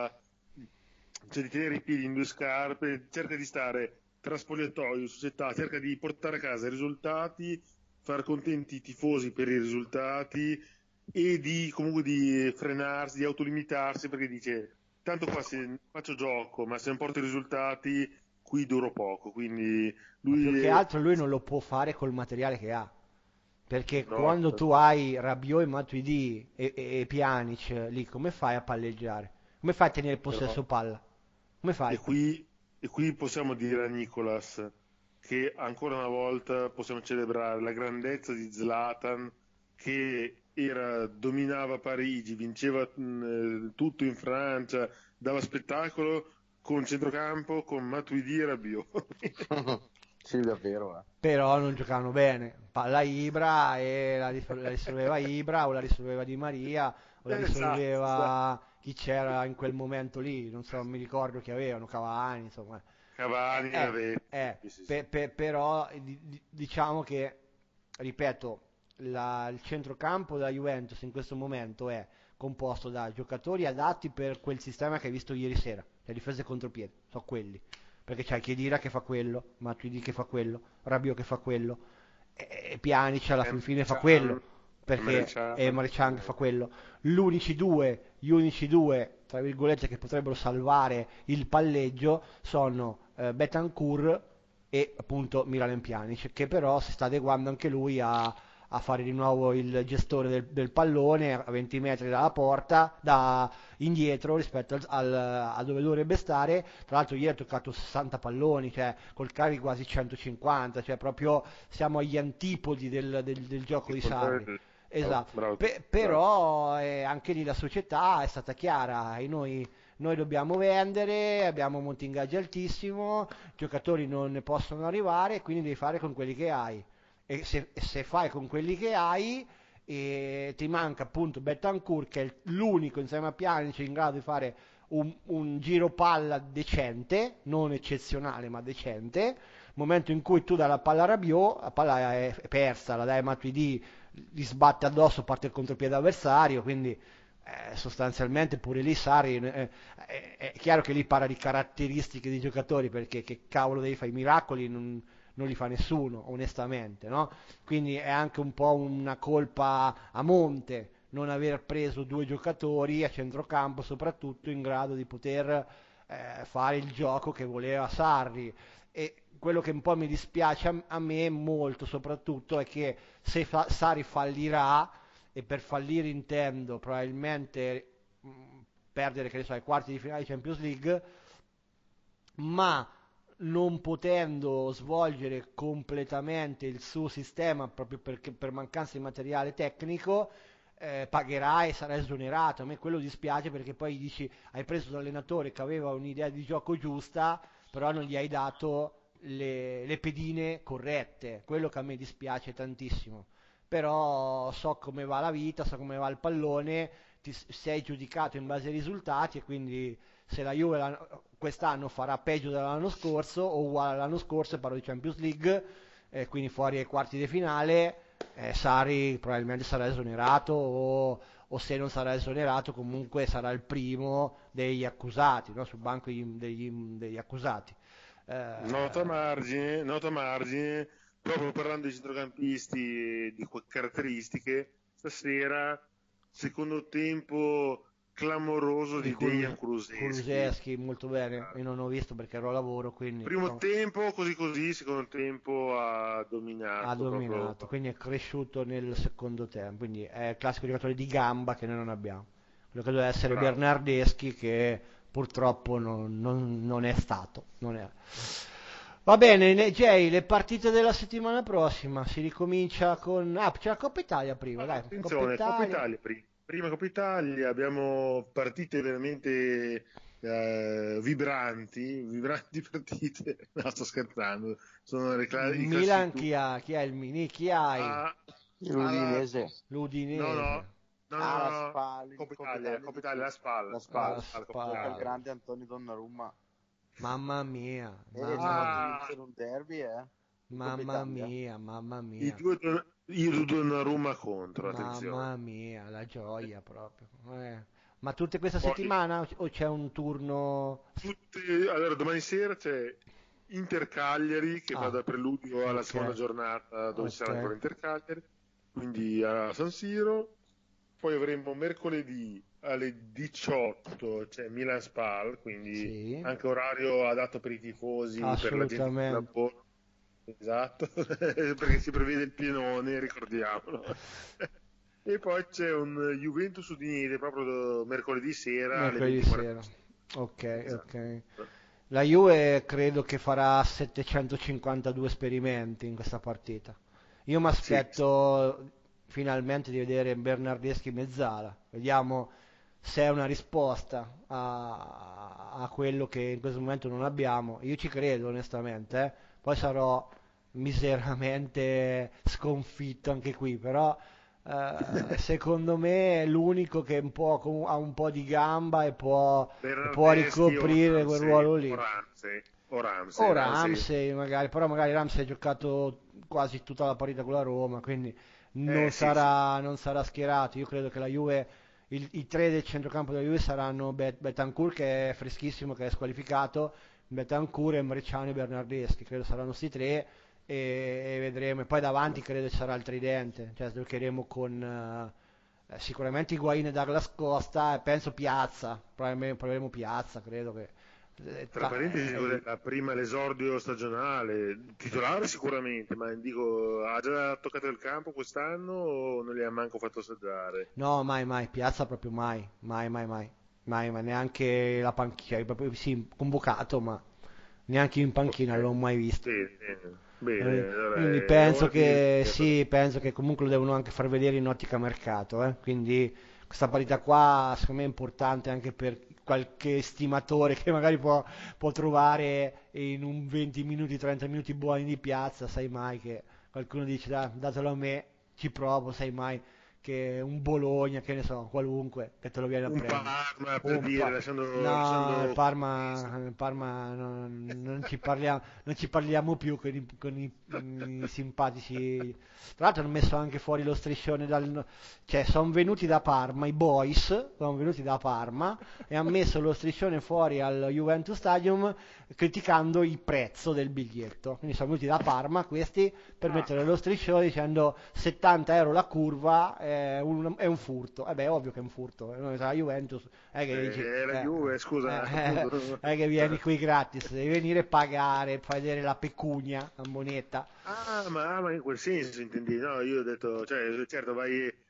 cioè di tenere i piedi in due scarpe, cerca di stare tra spogliatoio, società, cerca di portare a casa i risultati, far contenti i tifosi per i risultati e di comunque di frenarsi, di autolimitarsi perché dice tanto qua se faccio gioco, ma se non porto i risultati qui duro poco, quindi ma più lui che è. altro lui non lo può fare col materiale che ha, perché No, quando tu hai Rabiot e Matuidi e Pjanic lì, come fai a palleggiare? Come fai a tenere il però possesso palla? Come e fai? qui, e qui possiamo dire a Nicolas che ancora una volta possiamo celebrare la grandezza di Zlatan che dominava Parigi, vinceva tutto in Francia, dava spettacolo con centrocampo, con Matuidi e Rabiot. Sì, davvero, eh. Però non giocavano bene. Palla Ibra e la risolveva Ibra o la risolveva Di Maria o la Esatto, esatto. risolveva chi c'era in quel momento lì, non so, non mi ricordo chi avevano, Cavani, insomma. Cavani aveva. Sì, sì, sì. Però diciamo che, ripeto, il centrocampo della Juventus in questo momento è composto da giocatori adatti per quel sistema che hai visto ieri sera, le difese e contropiede, so quelli perché c'è Chiedira che fa quello, Matuidi che fa quello, Rabiot che fa quello, e Pjanic alla fin fine fa quello, Can, perché è Americiano. Marcian che fa quello. Gli unici due, tra virgolette, che potrebbero salvare il palleggio sono Betancourt e appunto Miralem Pjanic, che però si sta adeguando anche lui a fare di nuovo il gestore del pallone a 20 metri dalla porta, indietro rispetto a dove dovrebbe stare. Tra l'altro ieri ha toccato 60 palloni, cioè col carico quasi 150, cioè proprio siamo agli antipodi del gioco Il di contrario Sarri. bravo, Esatto, bravo, bravo. però anche lì la società è stata chiara e noi dobbiamo vendere, abbiamo un monte ingaggi altissimo, i giocatori non ne possono arrivare, quindi devi fare con quelli che hai. E se fai con quelli che hai, e ti manca appunto Betancourt che è l'unico insieme a Pjanic in grado di fare un giro palla decente, non eccezionale ma decente. Momento in cui tu dai la palla a Rabiot, la palla è persa, la dai a Matuidi, gli sbatte addosso, parte il contropiede avversario, quindi sostanzialmente pure lì Sarri è chiaro che lì parla di caratteristiche di giocatori perché che cavolo devi fare i miracoli non li fa nessuno onestamente, no? Quindi è anche un po' una colpa a monte non aver preso due giocatori a centrocampo soprattutto in grado di poter fare il gioco che voleva Sarri. E quello che un po' mi dispiace a me molto soprattutto è che se Sarri fallirà, e per fallire intendo probabilmente perdere, che ne so, ai quarti di finale di Champions League, ma non potendo svolgere completamente il suo sistema proprio perché per mancanza di materiale tecnico, pagherà e sarà esonerato. A me quello dispiace, perché poi dici hai preso un allenatore che aveva un'idea di gioco giusta, però non gli hai dato le pedine corrette, quello che a me dispiace tantissimo. Però so come va la vita, so come va il pallone, sei giudicato in base ai risultati, e quindi se la Juve quest'anno farà peggio dell'anno scorso o uguale all'anno scorso, e parlo di Champions League, quindi fuori ai quarti di finale, Sarri probabilmente sarà esonerato, o se non sarà esonerato comunque sarà il primo degli accusati, no? Sul banco degli accusati. Nota margine, proprio parlando di centrocampisti di caratteristiche, stasera secondo tempo clamoroso di Dejan Kulusevski, molto bene. Io non ho visto perché ero a lavoro, quindi primo tempo così, secondo tempo ha dominato proprio. quindi è cresciuto nel secondo tempo, quindi è il classico giocatore di gamba che noi non abbiamo, quello che doveva essere Bravo. Bernardeschi, che purtroppo non è stato, non è. Va bene, Jay, le partite della settimana prossima si ricomincia con... c'è la Coppa Italia prima, dai. Attenzione, Coppa Italia prima Coppa Italia, abbiamo partite veramente vibranti partite. No, sto scherzando, sono le Milan, chi è il Mini? Chi hai? L'Udinese. L'Udinese. No, la Spal, Coppa Italia, la Spal. La Spal. Il grande Antonio Donnarumma. Mamma mia. Vincere un derby, Mamma mia. I due Donnarumma contro, attenzione. Mamma mia, la gioia proprio. Ma tutte questa settimana o c'è un turno? Allora, domani sera c'è Inter-Cagliari che va da preludio alla seconda giornata, dove ci sarà ancora Inter-Cagliari, quindi a San Siro. Poi avremo mercoledì alle 18 c'è Milan-Spal, quindi anche orario adatto per i tifosi, per la gente che lavora. Esatto, perché si prevede il pienone, ricordiamolo. E poi c'è un Juventus-Udinese proprio mercoledì sera alle 20:40. Ok. La Juve credo che farà 752 esperimenti in questa partita. Io mi aspetto finalmente di vedere Bernardeschi mezzala. Vediamo se è una risposta a quello che in questo momento non abbiamo. Io ci credo onestamente, poi sarò miseramente sconfitto anche qui, però secondo me è l'unico che ha un po' di gamba e può ricoprire quel ruolo lì. O Ramsey magari, però magari Ramsey ha giocato quasi tutta la partita con la Roma, quindi non sarà schierato. Io credo che la Juve, i tre del centrocampo della Juve saranno Bentancur, che è freschissimo, che è squalificato, Bentancur, Emreciano e Bernardeschi, credo saranno questi tre, e vedremo. E poi davanti credo ci sarà il tridente, cioè giocheremo con sicuramente Higuain e Douglas Costa, e penso Piazza, proveremo Piazza, credo che... Tra parentesi, prima l'esordio stagionale, titolare sicuramente, ma dico, ha già toccato il campo quest'anno o non li ha manco fatto assaggiare? No, mai, Piazza proprio mai, neanche la panchina, proprio sì, convocato, ma neanche in panchina l'ho mai visto. Bene, quindi penso che comunque lo devono anche far vedere in ottica mercato, quindi questa partita qua secondo me è importante anche per qualche stimatore che magari può trovare in un 20 minuti, 30 minuti buoni di Piazza, sai mai che qualcuno dice datelo a me, ci provo, sai mai che un Bologna, che ne so, qualunque, che te lo viene a prendere. Un Parma, per dire, lasciando... il Parma non ci parliamo più con i simpatici. Tra l'altro hanno messo anche fuori lo striscione cioè sono venuti da Parma, i boys sono venuti da Parma e hanno messo lo striscione fuori al Juventus Stadium criticando il prezzo del biglietto. Quindi sono venuti da Parma questi per mettere lo striscione dicendo 70 euro la curva, è un furto. È ovvio che è un furto, la Juventus la Juve, scusa, è che vieni qui gratis, devi venire a pagare, fai vedere la pecunia, la moneta. Ma in quel senso intendi? No, io ho detto, cioè, certo vai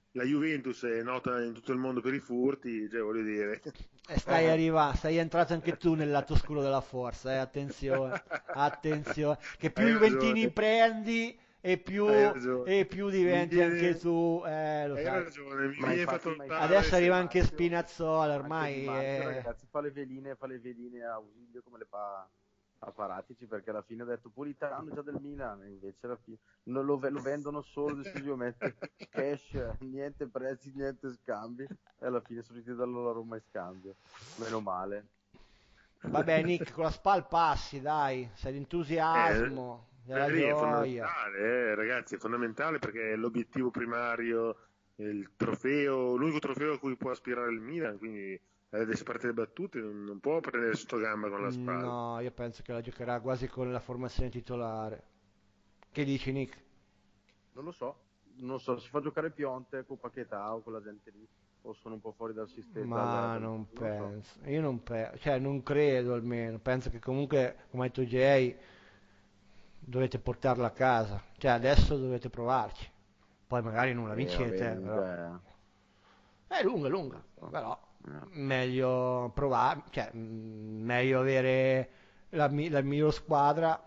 la Juventus è nota in tutto il mondo per i furti, cioè voglio dire. Stai entrato anche tu nel lato scuro della forza, attenzione, attenzione, che più Hai Juventini ragione, prendi hai e ragione. più Mi diventi anche viene, tu, lo hai sai. ragione, mi Ma viene infatti, fatto ma infatti notare Adesso anche arriva se... Di anche Marzio, Spinazzola, anche Di ormai Marzio, è... ragazzi, fa le veline a Ausilio come le fa a Paratici, perché alla fine ha detto Politano è già del Milan, e invece alla fine lo vendono solo ed esclusivamente cash, niente prezzi, niente scambi, e alla fine sono riusciti a darlo alla Roma in scambio. Meno male. Vabbè, Nick, con la SPAL passi, dai, sei l'entusiasmo, della Lì è gioia. fondamentale, ragazzi, è fondamentale perché è l'obiettivo primario, il trofeo, l'unico trofeo a cui può aspirare il Milan, quindi adesso parte le battute, non può prendere sotto gamba con la spalla. No, io penso che la giocherà quasi con la formazione titolare. Che dici, Nick? Non lo so, si fa giocare Pionte con Paquetá o con la gente lì, o sono un po' fuori dal sistema, Ma non non lo so. penso, io non penso, cioè non credo almeno, penso che comunque, come ha detto Jay, dovete portarla a casa, cioè adesso dovete provarci, poi magari non la Vabbè, vincete, però lunga, è lunga, non so. però Eh. meglio provare, cioè meglio avere la miglior squadra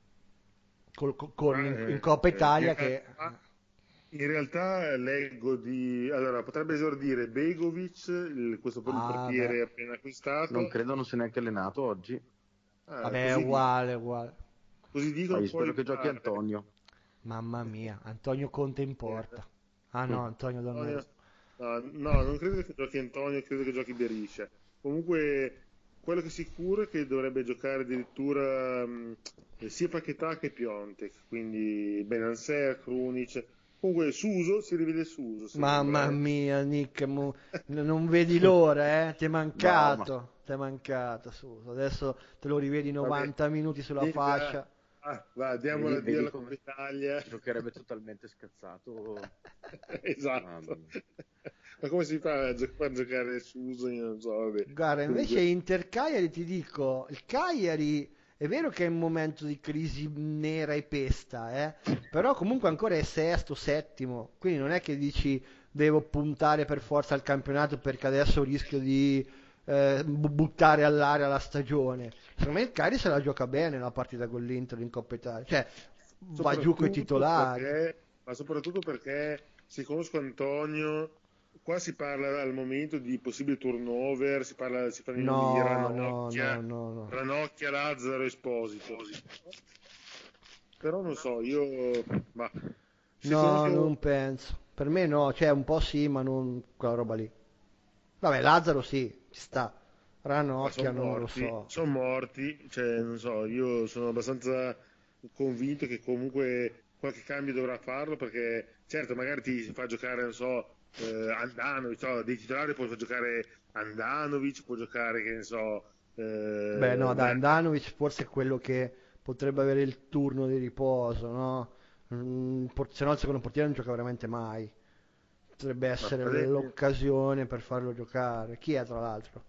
Ma, in Coppa Italia che... in realtà leggo di... Allora, potrebbe esordire Begovic, il Ah, beh, portiere appena Non acquistato. credo non si è neanche allenato oggi. vabbè, è Così dicono. uguale, uguale. Così Ma dicono, io spero poi che giochi pare Antonio. Mamma mia, Antonio Conte in che... porta. Ah no, Antonio Donnarumma. Antonio... No, no, non credo che giochi Antonio, credo che giochi Beriscia. Comunque, quello che è sicuro è che dovrebbe giocare addirittura sia Paquetá che Piontek, quindi Benancer, Krunic. Comunque, Suso, si rivede Suso, Mamma sembra. mia, Nick, non vedi l'ora, eh? No, ma Ti è mancato, su. Adesso te lo rivedi Vabbè, 90 minuti sulla già. fascia. Va, diamo vedi, l'addio vedi alla Coppa come Italia. giocherebbe totalmente scazzato. Mamma Esatto. mia. Ma come si fa a far giocare Suso? Io non so, vabbè. Guarda, invece Comunque, Inter Cagliari ti dico, il Cagliari è vero che è un momento di crisi nera e pesta, però comunque ancora è sesto, settimo, quindi non è che dici devo puntare per forza al campionato perché adesso rischio di buttare all'aria la stagione. Secondo me il Cagliari se la gioca bene la partita con l'Inter in Coppa Italia, cioè va giù coi titolari. soprattutto perché se conosco Antonio, qua si parla al momento di possibili turnover, si fanno i nomi di No, no, no, Ranocchia, no, no. Ranocchia, Lazzaro, Esposito. Però non so, io, ma se No, conosco, non penso. Per me no, cioè un po' sì, ma non quella roba lì. Vabbè, Lazzaro sì, ci sta. ma Ranocchia non lo so. sono morti, cioè non so, io sono abbastanza convinto che comunque qualche cambio dovrà farlo perché certo magari ti fa giocare, non so, Andanovic, no, dei titolari può giocare Andanovic, può giocare, che ne so, Beh, no, dai, Bernat, Andanovic forse è quello che potrebbe avere il turno di riposo, no? Se no il secondo portiere non gioca veramente mai. Potrebbe ma essere l'occasione per farlo giocare. Chi è tra l'altro?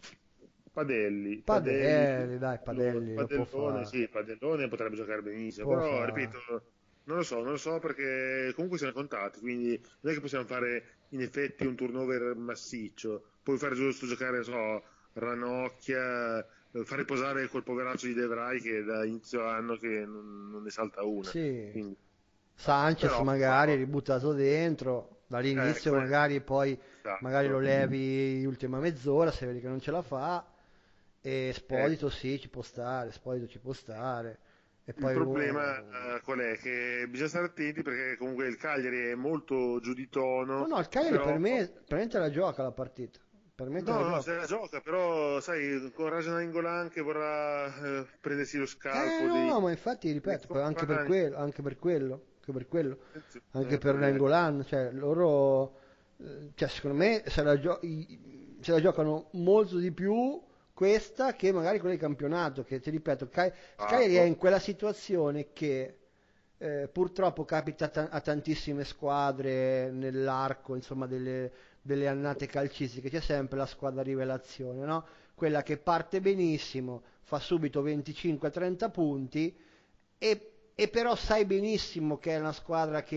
Padelli, Dai, Padelli lo può Padellone, fare. sì, Padellone potrebbe giocare benissimo, Può però fare. ripeto, non lo so perché comunque siamo contati, quindi non è che possiamo fare in effetti un turnover massiccio, puoi fare giusto giocare, non so, Ranocchia, fare posare quel poveraccio di De Vrij che da inizio anno che non ne salta una, Sì. quindi, Sanchez però, magari ributtato dentro dall'inizio, quello, magari poi magari lo esatto. levi l'ultima mezz'ora se vedi che non ce la fa. E Ecco. Esposito sì, ci può stare, Esposito ci può stare. E Il poi problema qual è? Che bisogna stare attenti perché comunque il Cagliari è molto giù di no, tono, no, il Cagliari però per me te la gioca la partita. Per me te la no, no, gioca. se la gioca, però sai, con Rajan Nainggolan che vorrà prendersi lo scalpo No, dei, no, ma infatti, dei ripeto, poi anche per compagni, quello, anche per perché Nainggolan, cioè loro, cioè secondo me se la giocano molto di più questa che magari quella di campionato, che ti ripeto, Cagliari è fatto. in quella situazione che purtroppo capita a tantissime squadre nell'arco, insomma, delle annate calcistiche, c'è sempre la squadra rivelazione, no? Quella che parte benissimo, fa subito 25-30 punti e però sai benissimo che è una squadra che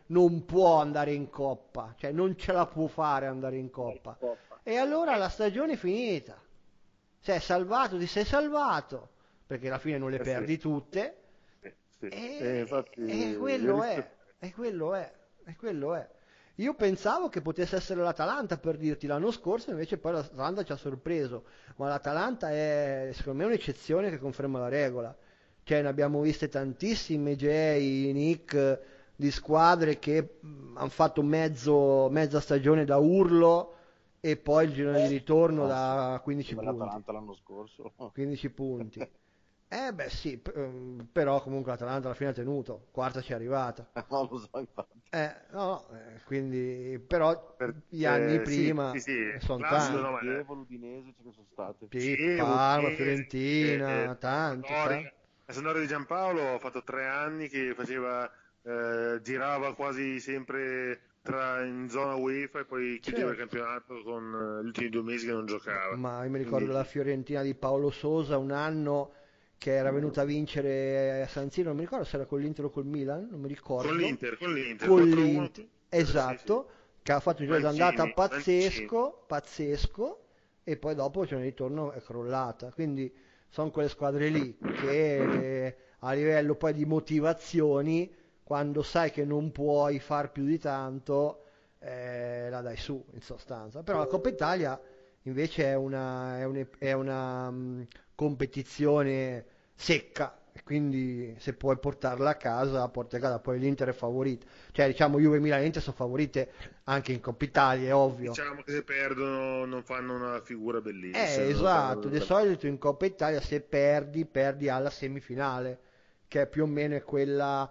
non può andare in Coppa, cioè non ce la può fare andare in Coppa. E allora la stagione è finita. Sei salvato, ti sei salvato, perché alla fine non le perdi tutte. Sì. E Infatti, quello è, e quello è, e quello è. Io pensavo che potesse essere l'Atalanta, per dirti, l'anno scorso, invece poi l'Atalanta ci ha sorpreso, ma l'Atalanta è secondo me un'eccezione che conferma la regola. Cioè ne abbiamo viste tantissime, Jay, Nick, di squadre che hanno fatto mezza stagione da urlo e poi il girone di ritorno da 15 come punti. l'Atalanta l'anno scorso. 15 punti. Beh sì, però comunque l'Atalanta alla fine ha tenuto, quarta ci è arrivata. No, lo so, infatti. No, quindi, però gli anni sì, prima sì, sono classico, tanti. no, ma Chievo, l'Udinese ce ne sono state. Sì, Chievo, Parma, Udinese, Fiorentina, tanti, Sampdoria. A Sampdoria di Giampaolo ho fatto 3 anni che faceva, girava quasi sempre in zona UEFA e poi chiudeva il Certo. campionato con gli ultimi 2 mesi che non giocava. Ma io mi ricordo Quindi, la Fiorentina di Paolo Sosa un anno che era venuta a vincere a San Siro, non mi ricordo se era con l'Inter o col Milan, non mi ricordo. con l'Inter, Con 4-1, l'Inter, sì, sì. esatto, che ha fatto un giro d'andata Mancini. pazzesco, pazzesco, e poi dopo c'è il ritorno è crollata. Quindi sono quelle squadre lì che a livello poi di motivazioni, quando sai che non puoi far più di tanto, la dai su in sostanza. Però la Coppa Italia invece è una competizione secca, e quindi se puoi portarla a casa, porti a casa. Poi l'Inter è favorita, cioè diciamo Juve, Milan e Inter sono favorite anche in Coppa Italia, è ovvio. Diciamo che se perdono non fanno una figura bellissima. Esatto, di solito in Coppa Italia se perdi alla semifinale, che più o meno è quella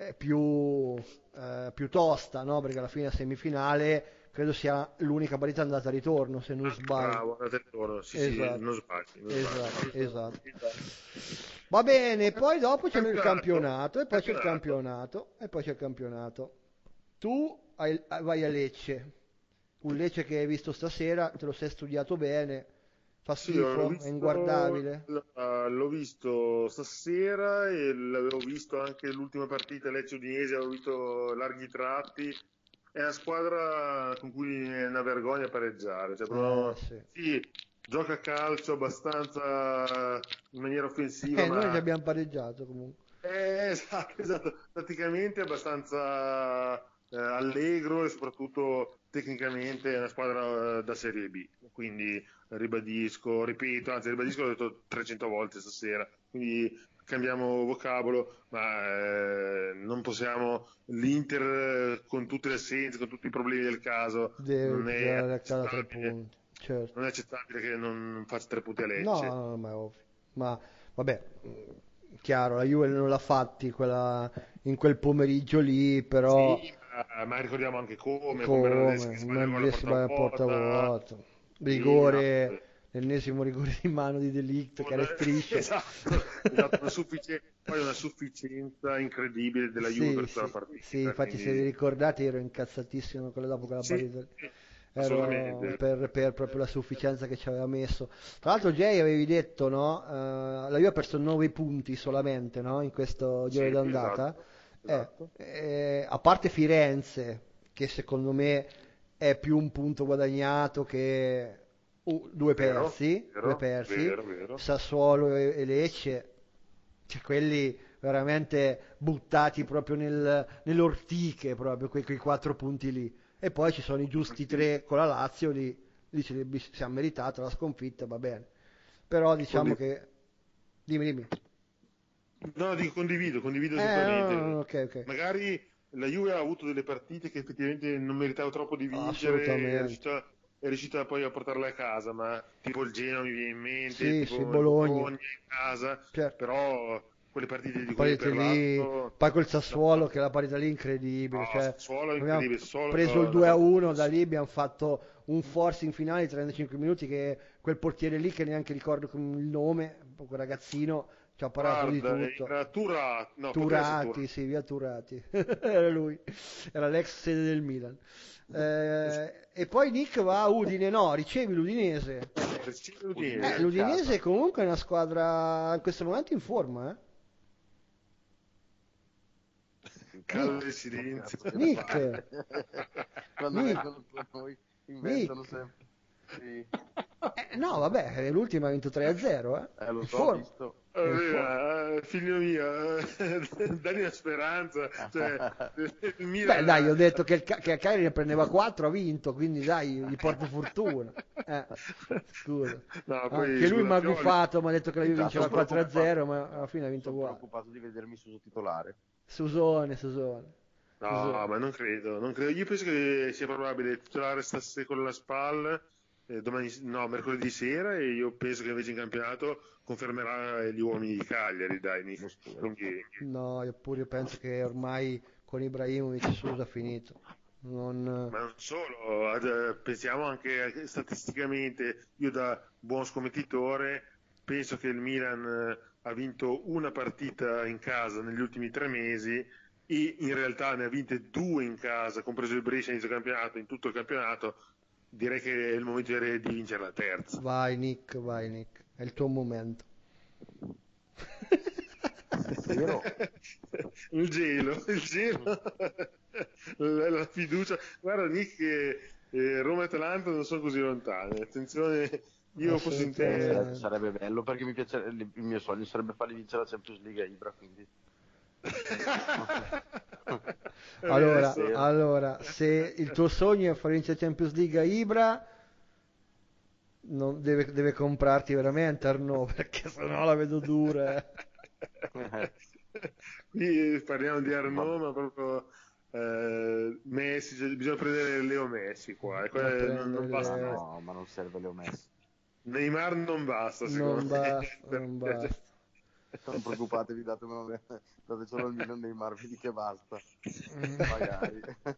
più tosta, no? Perché alla fine la semifinale credo sia l'unica partita andata e ritorno, se non sbaglio. Bravo, andate loro. Sì, sì, Esatto, non sbagli, non esatto, sbagli. esatto. Va bene, poi dopo c'è il Campionato. campionato, e poi c'è il campionato, e poi c'è il campionato. Tu vai a Lecce, un Lecce che hai visto stasera, te lo sei studiato bene, fa Sì, l'ho schifo, è visto, inguardabile. l'ho visto stasera e l'avevo visto anche l'ultima partita Lecce-Udinese, avevo visto larghi tratti. È una squadra con cui è una vergogna pareggiare. Cioè, Sì. sì, gioca a calcio abbastanza in maniera offensiva, Noi ci ma abbiamo pareggiato comunque. esatto, esatto. Praticamente abbastanza allegro e soprattutto tecnicamente è una squadra da Serie B. Quindi ripeto, anzi ribadisco, l'ho detto 300 volte stasera. Quindi cambiamo vocabolo, ma non possiamo. L'Inter con tutte le assenze, con tutti i problemi del caso, Deve non è tirare a casa 3 accettabile. punti, certo. Non è accettabile che non faccia 3 punti a No, Lecce. no, ma è ovvio. Ma vabbè, chiaro, la Juve non l'ha fatti in quel pomeriggio lì, però Sì, ma ricordiamo anche come Bernardeschi come che un sbaglia il gol a Andrés porta va a porta vuota. vuota, Sì, no, l'ennesimo rigore di mano di De Ligt che alle strisce. esatto, poi una sufficienza incredibile della Juve Sì, per tutta la sì, sì, partita, infatti se vi quindi ricordate ero incazzatissimo dopo quella sì, partita. sì, Ero assolutamente. per proprio la sufficienza che ci aveva messo. Tra l'altro, Jay, avevi detto, no? La Juve ha perso 9 punti solamente, no? In questo giro Sì, d'andata. esatto, esatto. A parte Firenze, che secondo me è più un punto guadagnato che due Vero, persi, due vero, persi, vero, vero. Sassuolo e Lecce, cioè quelli veramente buttati proprio nell'ortiche, proprio quei 4 punti lì. E poi ci sono i giusti 3 con la Lazio, lì si è meritata la sconfitta, va bene. Però diciamo Condivido. che. Dimmi. No, dico, condivido No, esattamente. ok, ok. Magari la Juve ha avuto delle partite che effettivamente non meritava troppo di vincere, Assolutamente. è riuscita poi a portarle a casa, ma tipo il Genoa mi viene in mente, Sì, sì, tipo il Bologna. Bologna in casa, Certo. però quelle partite di cui hai Partite lì, parlato, poi col no, Sassuolo che la partita lì è incredibile, cioè Sassuolo è abbiamo incredibile, Sassuolo preso il l'ha fatto 2-1 da benissimo. lì, abbiamo fatto un forcing finale di 35 minuti che quel portiere lì che neanche ricordo il nome, quel ragazzino ci ha parato di Guarda, tutto. era Turati, no, poteva essere Turati, Turati. sì, via Turati, era lui, era l'ex sede del Milan. E poi Nick va a Udine, no, ricevi l'Udinese. Riceve l'Udinese. In L'Udinese casa. comunque è una squadra in questo momento in forma, eh? Calle il silenzio. Nick. Quando Nick. vengono con noi inventano Nick. sempre. Sì. No, vabbè, l'ultima ha vinto 3-0, Lo In so, ho forma. visto. Figlio mio, dagli una speranza. Cioè, il Milan- Beh, dai, ho detto che il Cagliari ne prendeva 4, ha vinto, quindi dai, gli porto fortuna. Scusa. No, poi, Anche lui scusa, mi ha Pioli- guffato, mi ha detto che la Juve Intanto vinceva sono 4-0, ma alla fine ha vinto Sono uguale. preoccupato di vedermi su titolare. Susone. No, ma non credo. Io penso che sia probabile titolare stasera con la SPAL, mercoledì sera, e io penso che invece in campionato confermerà gli uomini di Cagliari, dai, Nick. Lo spero. Quindi, No, io penso che ormai con Ibrahimovic Susa ha finito. ma non solo, pensiamo anche statisticamente, io da buon scommettitore penso che il Milan ha vinto una partita in casa negli ultimi 3 mesi e in realtà ne ha vinte 2 in casa, compreso il Brescia inizio campionato, in tutto il campionato. Direi che è il momento di vincere la terza. Vai Nick, è il tuo momento. Vero? il gelo, la fiducia. Guarda Nick, Roma e Atalanta non sono così lontane. Attenzione, io fossi in te. Sarebbe bello, perché il mio sogno sarebbe farli vincere la Champions League a Ibra, quindi. Allora, se il tuo sogno è far vincere Champions League a Ibra, deve comprarti veramente Arnaud, perché sennò la vedo dura. Qui parliamo di Arnaud, ma proprio Messi, cioè, bisogna prendere Leo Messi qua. Non basta. No, ma non serve Leo Messi. Neymar non basta, secondo me. Non basta. Non preoccupatevi, datemelo, date solo il Milan Neymar, vedi che basta. Magari.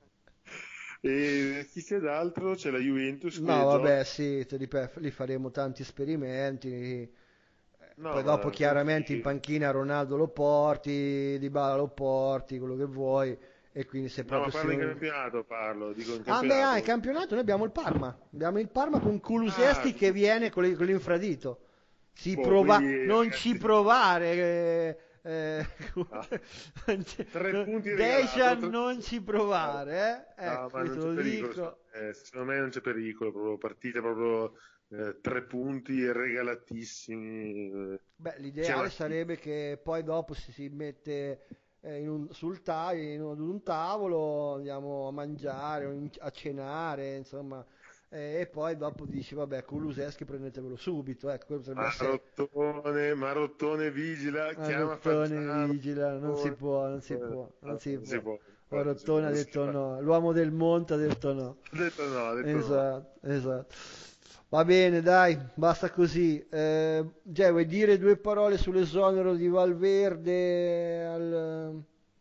E chi c'è d'altro? C'è la Juventus. No, vabbè, sì, lì faremo tanti esperimenti. Poi dopo chiaramente in panchina Ronaldo lo porti, Dybala lo porti, quello che vuoi, e quindi se No, proprio ma parlo in campionato, dico in Ah, campionato. beh, in campionato noi abbiamo il Parma con Kulusevski che viene con l'infradito. Quindi, non ragazzi, ci provare, 3 punti Dejan, regalato. non ci provare, No, ma non te c'è lo pericolo. dico. Secondo me non c'è pericolo, proprio partite proprio 3 punti regalatissimi. Beh, l'ideale sarebbe che poi dopo si mette ad un tavolo, andiamo a mangiare, a cenare, insomma, e poi dopo dici, vabbè, Kulusevski prendetevelo subito, ecco, quello potrebbe essere... Marottone vigila, chiama Marottone Fagiano. vigila, non si può. Marottone Non ha si detto fa. no, l'uomo del monte ha detto no. Ha detto no. Esatto. Va bene, dai, basta così. Già, vuoi dire 2 parole sull'esonero di Valverde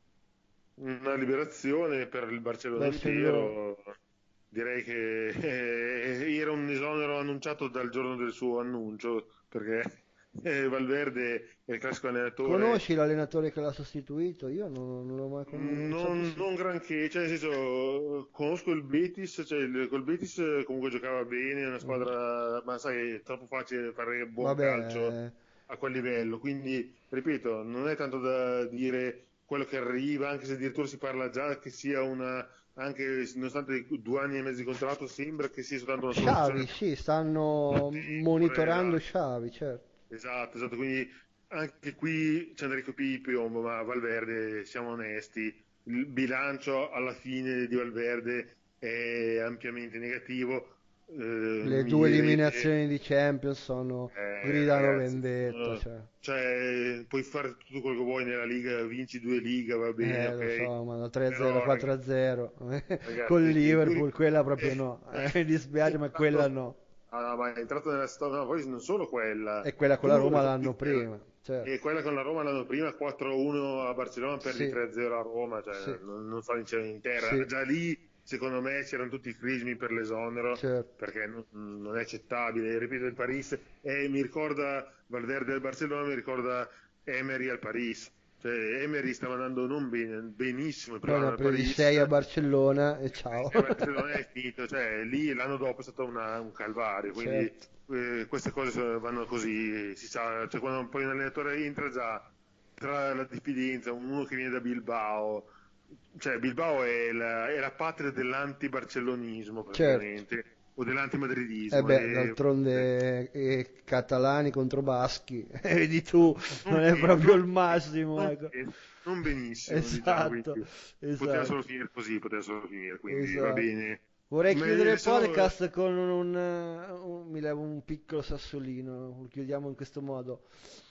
Una liberazione per il Barcellona intero. Direi che era un esonero annunciato dal giorno del suo annuncio, perché Valverde è il classico allenatore. Conosci l'allenatore che l'ha sostituito? Io non l'ho mai conosciuto. Non granché, cioè nel senso, conosco il Betis, col Betis comunque giocava bene, è una squadra, ma sai, è troppo facile fare buon calcio a quel livello, quindi ripeto, non è tanto da dire quello che arriva, anche se addirittura si parla già che sia anche nonostante i 2 anni e mezzo di contratto, sembra che sia soltanto una soluzione. Xavi, sì, stanno monitorando Xavi, certo. Esatto, quindi anche qui c'è Enrico Piombo, ma Valverde, siamo onesti, il bilancio alla fine di Valverde è ampiamente negativo. Le 2 eliminazioni di Champions gridano ragazzi, vendetta. Cioè, puoi fare tutto quello che vuoi nella Liga, vinci 2 Liga, va bene, ok? Lo so, ma da 3-0 Però, 4-0 ragazzi, con Liverpool, quella proprio no. Mi dispiace, ma quella no. Ah, ma è entrato nella storia, no, poi non solo quella. E quella con la Roma l'anno prima. Certo. E quella con la Roma l'anno prima, 4-1 a Barcellona, perdi 3-0 a Roma, cioè non fa vincere in terra. Già lì, secondo me, c'erano tutti i crismi per l'esonero, perché non è accettabile. Ripeto, il Paris, mi ricorda Valverde al Barcellona, mi ricorda Emery al Paris. Cioè, Emery stava andando non bene, benissimo. Poi ha preso 6 a Barcellona e ciao. A Barcellona è finito, cioè lì l'anno dopo è stato un calvario, quindi queste cose vanno così, si sa, cioè quando poi un allenatore entra già tra la diffidenza, uno che viene da Bilbao, cioè Bilbao è la patria dell'anti-barcellonismo Certo. praticamente, o dell'antimadridismo. E beh, d'altronde catalani contro baschi, vedi tu, non è proprio il massimo, ecco. Non benissimo, diciamo, Esatto, quindi poteva esatto, solo finire così, quindi va esatto. bene. Vorrei Ma chiudere il solo- podcast con mi levo un piccolo sassolino, lo chiudiamo in questo modo.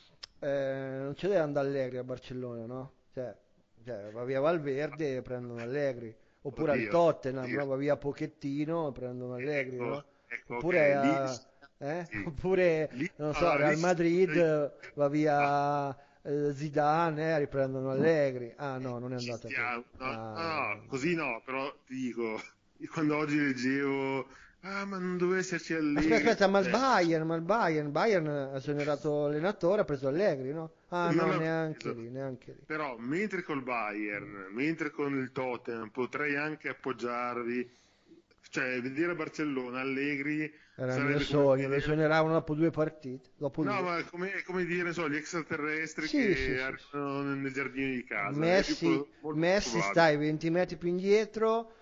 Non c'è da andare Allegri a Barcellona, no? Cioè, va via Valverde e prendono Allegri. Oppure al Oddio, Tottenham, oddio. no? Va via Pochettino e prendono Allegri, no? Ecco, Oppure, ok, lì, sì. Oppure, Lì, non so, allora, Real lì, Madrid va ah, via Zidane, riprendono Allegri. Ah no, non è ci andata così. stiamo. No, Ah, no, no, no, così no, però ti dico, quando oggi leggevo, ma non doveva esserci Aspetta, Allegri, aspetta, ma il Bayern ha esonerato l'allenatore, ha preso Allegri, no? Ah non no, l'ha neanche preso. lì, neanche lì. Però mentre col Bayern, mentre con il Tottenham potrei anche appoggiarvi, cioè vedere Barcellona, Allegri Era il mio sarebbe come sogno, lo vedere, esoneravano dopo 2 partite, dopo no, 2. ma è come dire, non so, gli extraterrestri Sì, sì, che sì, sì. arrivano nel giardino di casa, è Messi, molto Messi probabile. stai 20 metri più indietro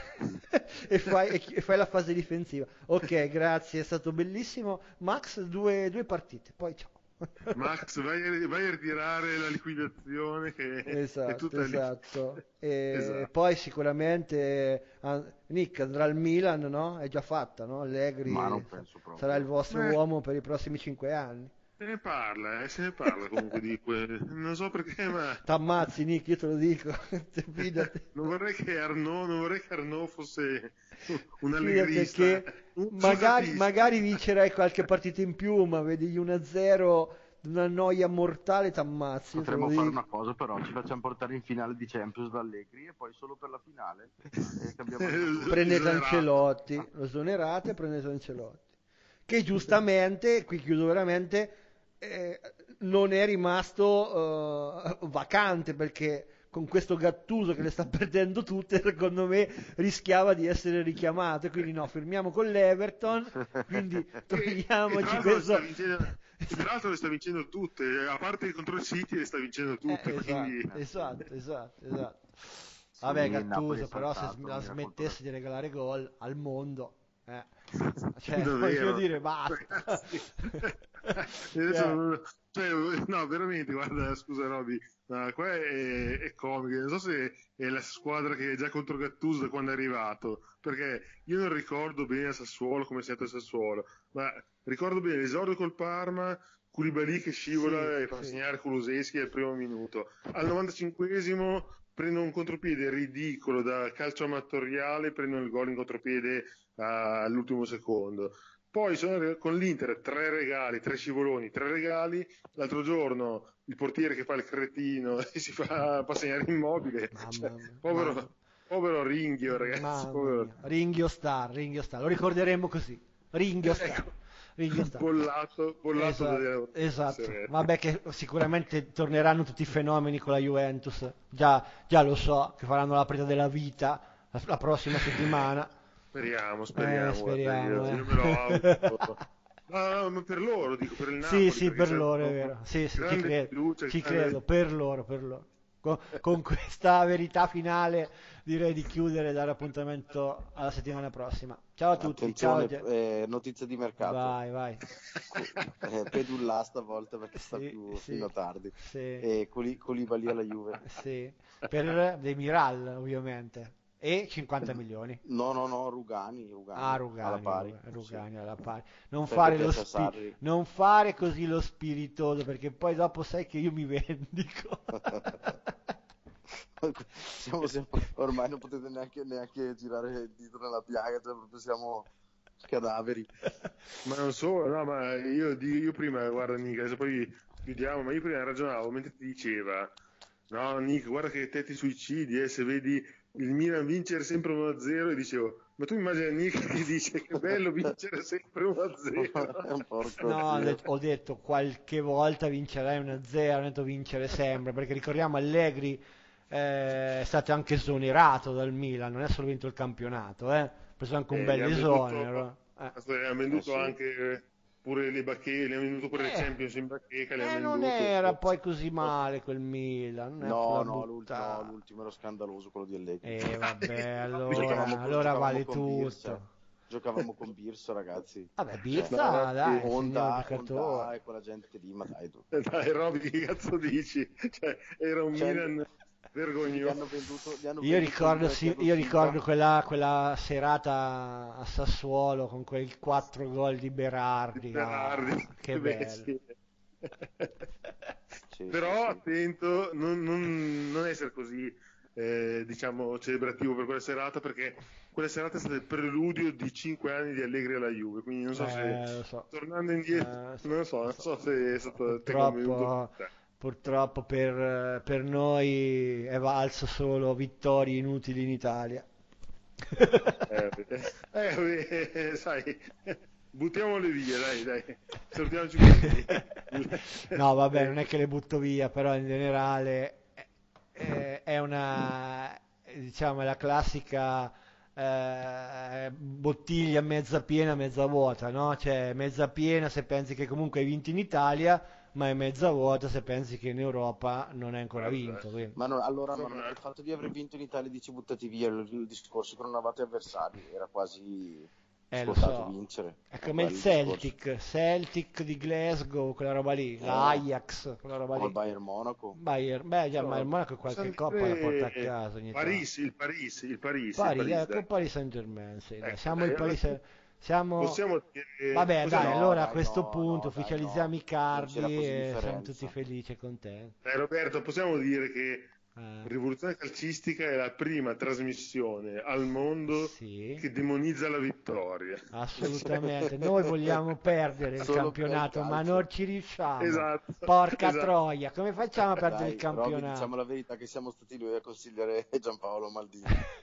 e fai la fase difensiva. Ok, grazie, è stato bellissimo. Max, due partite, poi ciao. Max, vai a ritirare la liquidazione che è Esatto, tutta lì. esatto. E Esatto. poi sicuramente Nick andrà al Milan, no? È già fatta, no? Ma Allegri non penso sarà il proprio. vostro Beh, uomo per i prossimi 5 anni. se ne parla comunque non so perché, ma T'ammazzi, Nick, io te lo dico. Fidati. Non vorrei che Arnaud fosse un Fidati allegrista, che un magari, giocatista. magari vincerai qualche partita in più, ma vedi gli 1-0, una noia mortale, t'ammazzi, io te lo Potremmo fare dico. una cosa però, ci facciamo portare in finale di Champions da Allegri e poi solo per la finale cambiamo allenatore. Prendete Esonerato. Ancelotti, lo esonerate e prendete Ancelotti. Che giustamente, qui chiudo veramente, non è rimasto vacante perché con questo Gattuso che le sta perdendo tutte, secondo me rischiava di essere richiamato. E quindi no, firmiamo con l'Everton, quindi E tra togliamoci l'altro questo. tra l'altro le sta vincendo tutte, a parte contro il City le sta vincendo tutte, quindi Esatto. Vabbè, Sì, il Napoli Gattuso, è però se saltato, la mica colpa smettesse di regalare gol al mondo, cioè, voglio davvero, dire, basta. ragazzi. Cioè, Adesso, cioè, no, veramente, guarda, scusa Roby, ma qua è comico, non so se è la squadra che è già contro Gattuso da quando è arrivato, perché io non ricordo bene a Sassuolo come è stato a Sassuolo, ma ricordo bene l'esordio col Parma, Koulibaly che scivola e fa sì. segnare Kulusevski al primo minuto, al 95esimo prendono un contropiede ridicolo da calcio amatoriale, prendono il gol in contropiede all'ultimo secondo. Poi sono con l'Inter 3 regali. L'altro giorno il portiere che fa il cretino e fa segnare Immobile. Cioè, Mamma mia. povero Ringhio, ragazzi. Mamma mia. Ringhio Star, lo ricorderemo così. Ringhio Star. Ecco, Ringhio Star. bollato Esatto. Vabbè che sicuramente torneranno tutti i fenomeni con la Juventus. Già lo so, che faranno la partita della vita la prossima settimana. Speriamo. Guarda, Speriamo. io me lo auguro. Ma per loro, dico, per il Napoli. Sì, perché per loro è hanno vero. Sì, ci grande credo. fiducia, Ci credo, per loro. Con questa verità finale direi di chiudere e dare appuntamento alla settimana prossima. Ciao a tutti, ciao. Attenzione, notizia di mercato. Vai. Pedulla stavolta perché sta Sì, più sì, fino a tardi. sì, E Koulibaly alla Juve. sì. Per Demiral, ovviamente. E 50 milioni. No, Rugani Ah, alla pari. Rugani Sì. alla pari. Non Perché fare, piace a Sarri. non fare così lo spiritoso, perché poi dopo sai che io mi vendico. Ormai non potete neanche girare il dito nella piaga, cioè proprio siamo cadaveri. Ma non solo, no, ma io prima, guarda Nick, adesso poi chiudiamo, ma io prima ragionavo mentre ti diceva, no Nick, guarda che te ti suicidi, se vedi il Milan vincere sempre 1-0 e dicevo, ma tu immagina Nick che dice che bello vincere sempre 1-0. È un porco No, Dio. ho detto qualche volta vincerai 1-0, ho detto vincere sempre, perché ricordiamo Allegri è stato anche esonerato dal Milan, non è solo vinto il campionato, ha preso anche un Gli bel hanno esonero. venduto Sì. anche pure le bacheche, le hanno venduto pure le Champions in bacheca, le hanno Non venduto. era poi così male quel Milan, non è No, da no, buttare. l'ultimo era scandaloso, quello di Allegri. Vabbè, Giocavamo allora vale con Birsa. tutto. Giocavamo con Birsa, ragazzi. Vabbè, Cioè, Birsa, dai, signor Honda giocatore. e quella gente lì, ma dai tu. Dai, Roby, che cazzo dici? Cioè, era un Cioè, Milan vergognoso. Io ricordo, io ricordo quella serata a Sassuolo con quei 4 gol di Berardi. Berardi, Che beh, bello. sì. Sì, Però sì, sì. attento, non essere così, diciamo, celebrativo per quella serata, perché quella serata è stata il preludio di 5 anni di Allegri alla Juve, quindi non so se, Lo so. tornando indietro, non so se è stato te Purtroppo, convenuto. purtroppo per noi è valso solo vittorie inutili in Italia. Sai, buttiamole via, dai, salutiamoci così. No, vabbè, non è che le butto via, però in generale è diciamo, è la classica bottiglia mezza piena, mezza vuota, no? Cioè, mezza piena se pensi che comunque hai vinto in Italia, ma è mezza vuota se pensi che in Europa non hai ancora vinto. Quindi. Ma il fatto di aver vinto in Italia dici buttati via il discorso che non avevate avversari, era quasi Lo scontato so. vincere. È come il Celtic di Glasgow, quella roba lì, l'Ajax, quella roba O il lì. Bayern Monaco. Beh, già, ma il Monaco qualche coppa la porta a casa ogni tanto. Il Paris, Ecco, Paris Saint-Germain, sì, dai. Siamo il Paris, siamo... possiamo dire, Vabbè, dai, No, allora a dai, questo no, punto no, dai, ufficializziamo no. i Non c'era cardi così e siamo differenza. tutti felici e contenti. Roberto, possiamo dire che Rivoluzione Calcistica è la prima trasmissione al mondo Sì, che demonizza la vittoria. assolutamente. Noi vogliamo perdere il Solo per il campionato, ma calcio. non ci riusciamo. Esatto, Porca esatto. troia, come facciamo a perdere Dai, il Roby, campionato? diciamo la verità che siamo stati noi a consigliare Giampaolo Maldini.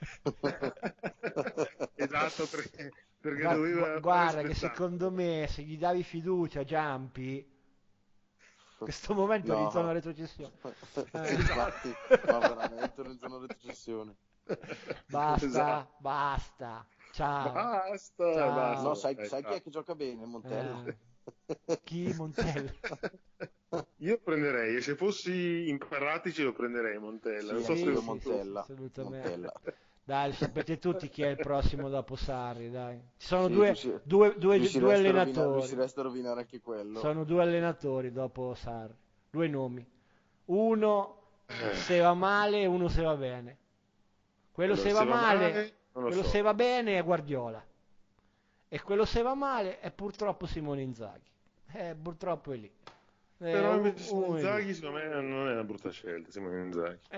Esatto, perché doveva fare Guarda che spettacolo. secondo me se gli davi fiducia a Giampi, questo momento No. ritorno alla retrocessione. Infatti, ma veramente non sono retrocessione. Basta, Esatto. basta. Ciao. Basta, Ciao. basta. No, sai chi è che gioca bene? Montella. Chi? Montella? Io prenderei, e se fossi in Paratici lo prenderei Montella. Non so Sì, se io lo Montella. assolutamente. Montella. Dai, sapete tutti chi è il prossimo dopo Sarri, dai. Ci sono Sì, due riusciresti allenatori. a rovinare anche quello. Sono 2 allenatori dopo Sarri. 2 nomi. Uno se va male e uno se va bene. Quello Allora, se va se va male, male, non lo quello so. se va bene è Guardiola. E quello se va male è purtroppo Simone Inzaghi. Purtroppo è lì. Però invece uno è lì. Inzaghi secondo me non è una brutta scelta, Simone Inzaghi.